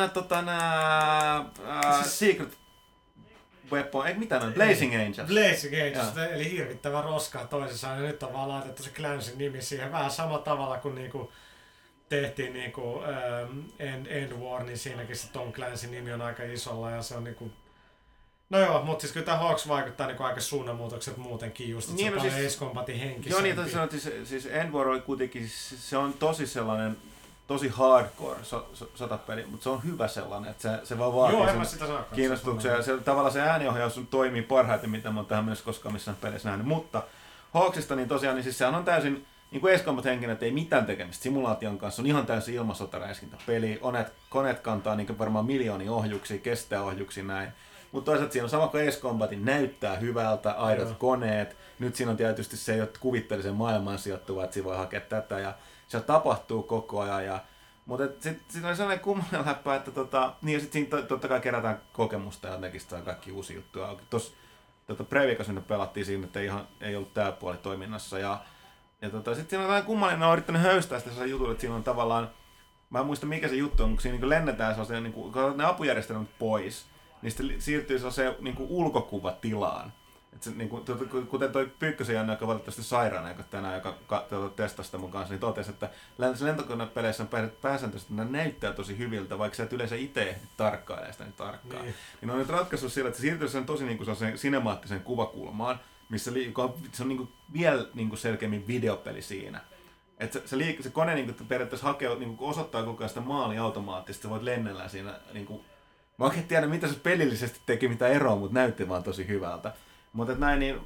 Secret Weapon, ei mitään noin, Blazing Angels. Blazing Angels, eli hirvittävä roskaa toisessaan. Ja nyt on vaan laitettu se Clancy nimi siihen vähän samalla tavalla kuin niinku tehtiin niinku End War, niin siinäkin se Tom Clancy nimi on aika isolla ja se on niinku. No joo, mutta siis kyllä tämä Hawks vaikuttaa niinku aika suunnanmuutokset muutenkin just, että niin, se on paljon Ace Combatin henkisempi. Joo, niin että sanot, siis End War oli kuitenkin, se on tosi sellainen, tosi hardcore sotapeli, mutta se on hyvä sellainen, että se vaan vaatii sen kiinnostuksen. Ja tavallaan se ääniohjaus toimii parhaiten, mitä mä oon tähän mennessä koskaan missään pelissä nähnyt. Mutta Hawksista niin tosiaan, niin siis sehän on täysin niin kuin Ace Combat henkinen, että ei mitään tekemistä simulaation kanssa, on ihan täysin ilmasotaräiskintäpeli. Koneet kantaa niin varmaan miljoonia ohjuksia, kestää ohjuksia näin. Mutta toisaalta siinä on sama kuin Ace Combatin, näyttää hyvältä, aidot koneet. Nyt siinä on tietysti se, että kuvitteellisen maailmaan sijoittuva, että siinä voi hakea tätä ja se tapahtuu koko ajan. Mutta sitten oli sellainen kummallinen läppä, että niin ja sitten siinä totta kai kerätään kokemusta ja jotenkin sitä kaikki uusia juttuja. Tuossa Breivika pelattiin siinä, että ei ollut tämä puoli toiminnassa. Sitten siinä on vähän kummallinen, ne on yrittänyt höystää sitä sellaisen jutun, että siinä on tavallaan, mä en muista mikä se juttu on, kun siinä niin lennetään sellaisen, niin kun ne apujärjestelmät pois, niin sitten siirtyy sellaiseen niin ulokuvatilaan. Et se, niin kuin, kuten toi Pyykkösen Janne, joka valitettavasti sairaana, joka tänään joka testasi sitä mun kanssa, niin totesi, että lentokonepeleissä on pääsääntöisesti ne näyttää tosi hyviltä, vaikka sä et yleensä itse ehdi tarkkailemaan sitä niin tarkkaan. Niin on nyt ratkaissut sillä, että se siirtyy sen tosi niin kuin sinemaattiseen kuvakulmaan, missä se on niin kuin vielä niin kuin selkeämmin videopeli siinä. Että se kone niin kuin periaatteessa hakee, niin kuin osoittaa koko ajan sitä maalia automaattisesti, sä voit lennellä siinä. Niin kuin, mä oikein tiedä, mitä se pelillisesti teki, mitä eroa, mutta näytti vaan tosi hyvältä. Mutta näin, niin,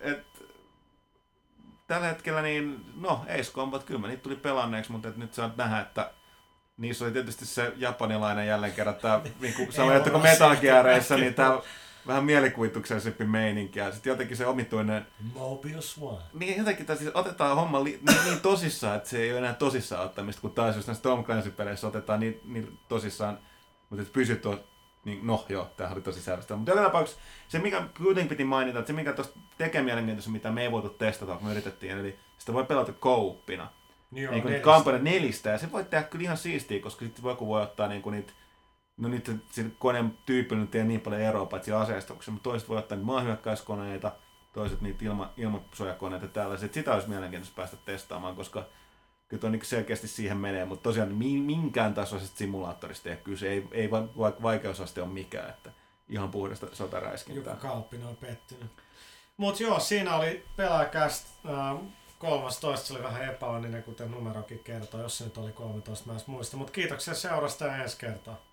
tällä hetkellä, niin, no, Ace Combat, kyllä niitä tuli pelanneeksi, mutta nyt saat nähdä, että niissä oli tietysti se japanilainen jälleen kerran, tämä niin sama juttu kuin Metal Geareissa, niin tämä vähän mielikuvituksellisempi meininki, ja sitten jotenkin se omituinen. Mobius One. Niin jotenkin siis otetaan homma niin tosissaan, että se ei ole enää tosissaan ottamista, kun taas jos näissä Tom Clancy-peleissä otetaan niin tosissaan, mutta että pysyt tuossa. Niin, no joo, tämähän oli tosi säädöstä. Mutta joka tapauksessa se, mikä kuitenkin piti mainita, että se mikä tuosta tekee mielenkiintoista, mitä me ei voitu testata, kun me yritettiin, eli sitä voi pelata co-opina. Niin kuin kampanja 4, ja se voi tehdä kyllä ihan siistiä, koska sitten joku voi ottaa niinku niitä, no niitä koneen tyypillä nyt ei niin paljon eroa, paitsi aseistuksessa, mutta toiset voi ottaa niitä maahyökkäyskoneita, toiset niitä ilmasuojakoneita ja tällaiset. Sitä olisi mielenkiintoista päästä testaamaan, koska kyllä tuo niin selkeästi siihen menee, mutta tosiaan minkään tasoisesta simulaattorista ei kyse, ei vaikeusaste ole mikään. Että ihan puhdasta sotaräiskintää. Jukka Kauppinen on pettynyt. Mut joo, siinä oli Pelaajakäst 13, se oli vähän epäonninen, kuten numerokin kertoo. Jos se nyt oli 13, mä en muista. Mut kiitoksia seurasta ja ensi kertaa.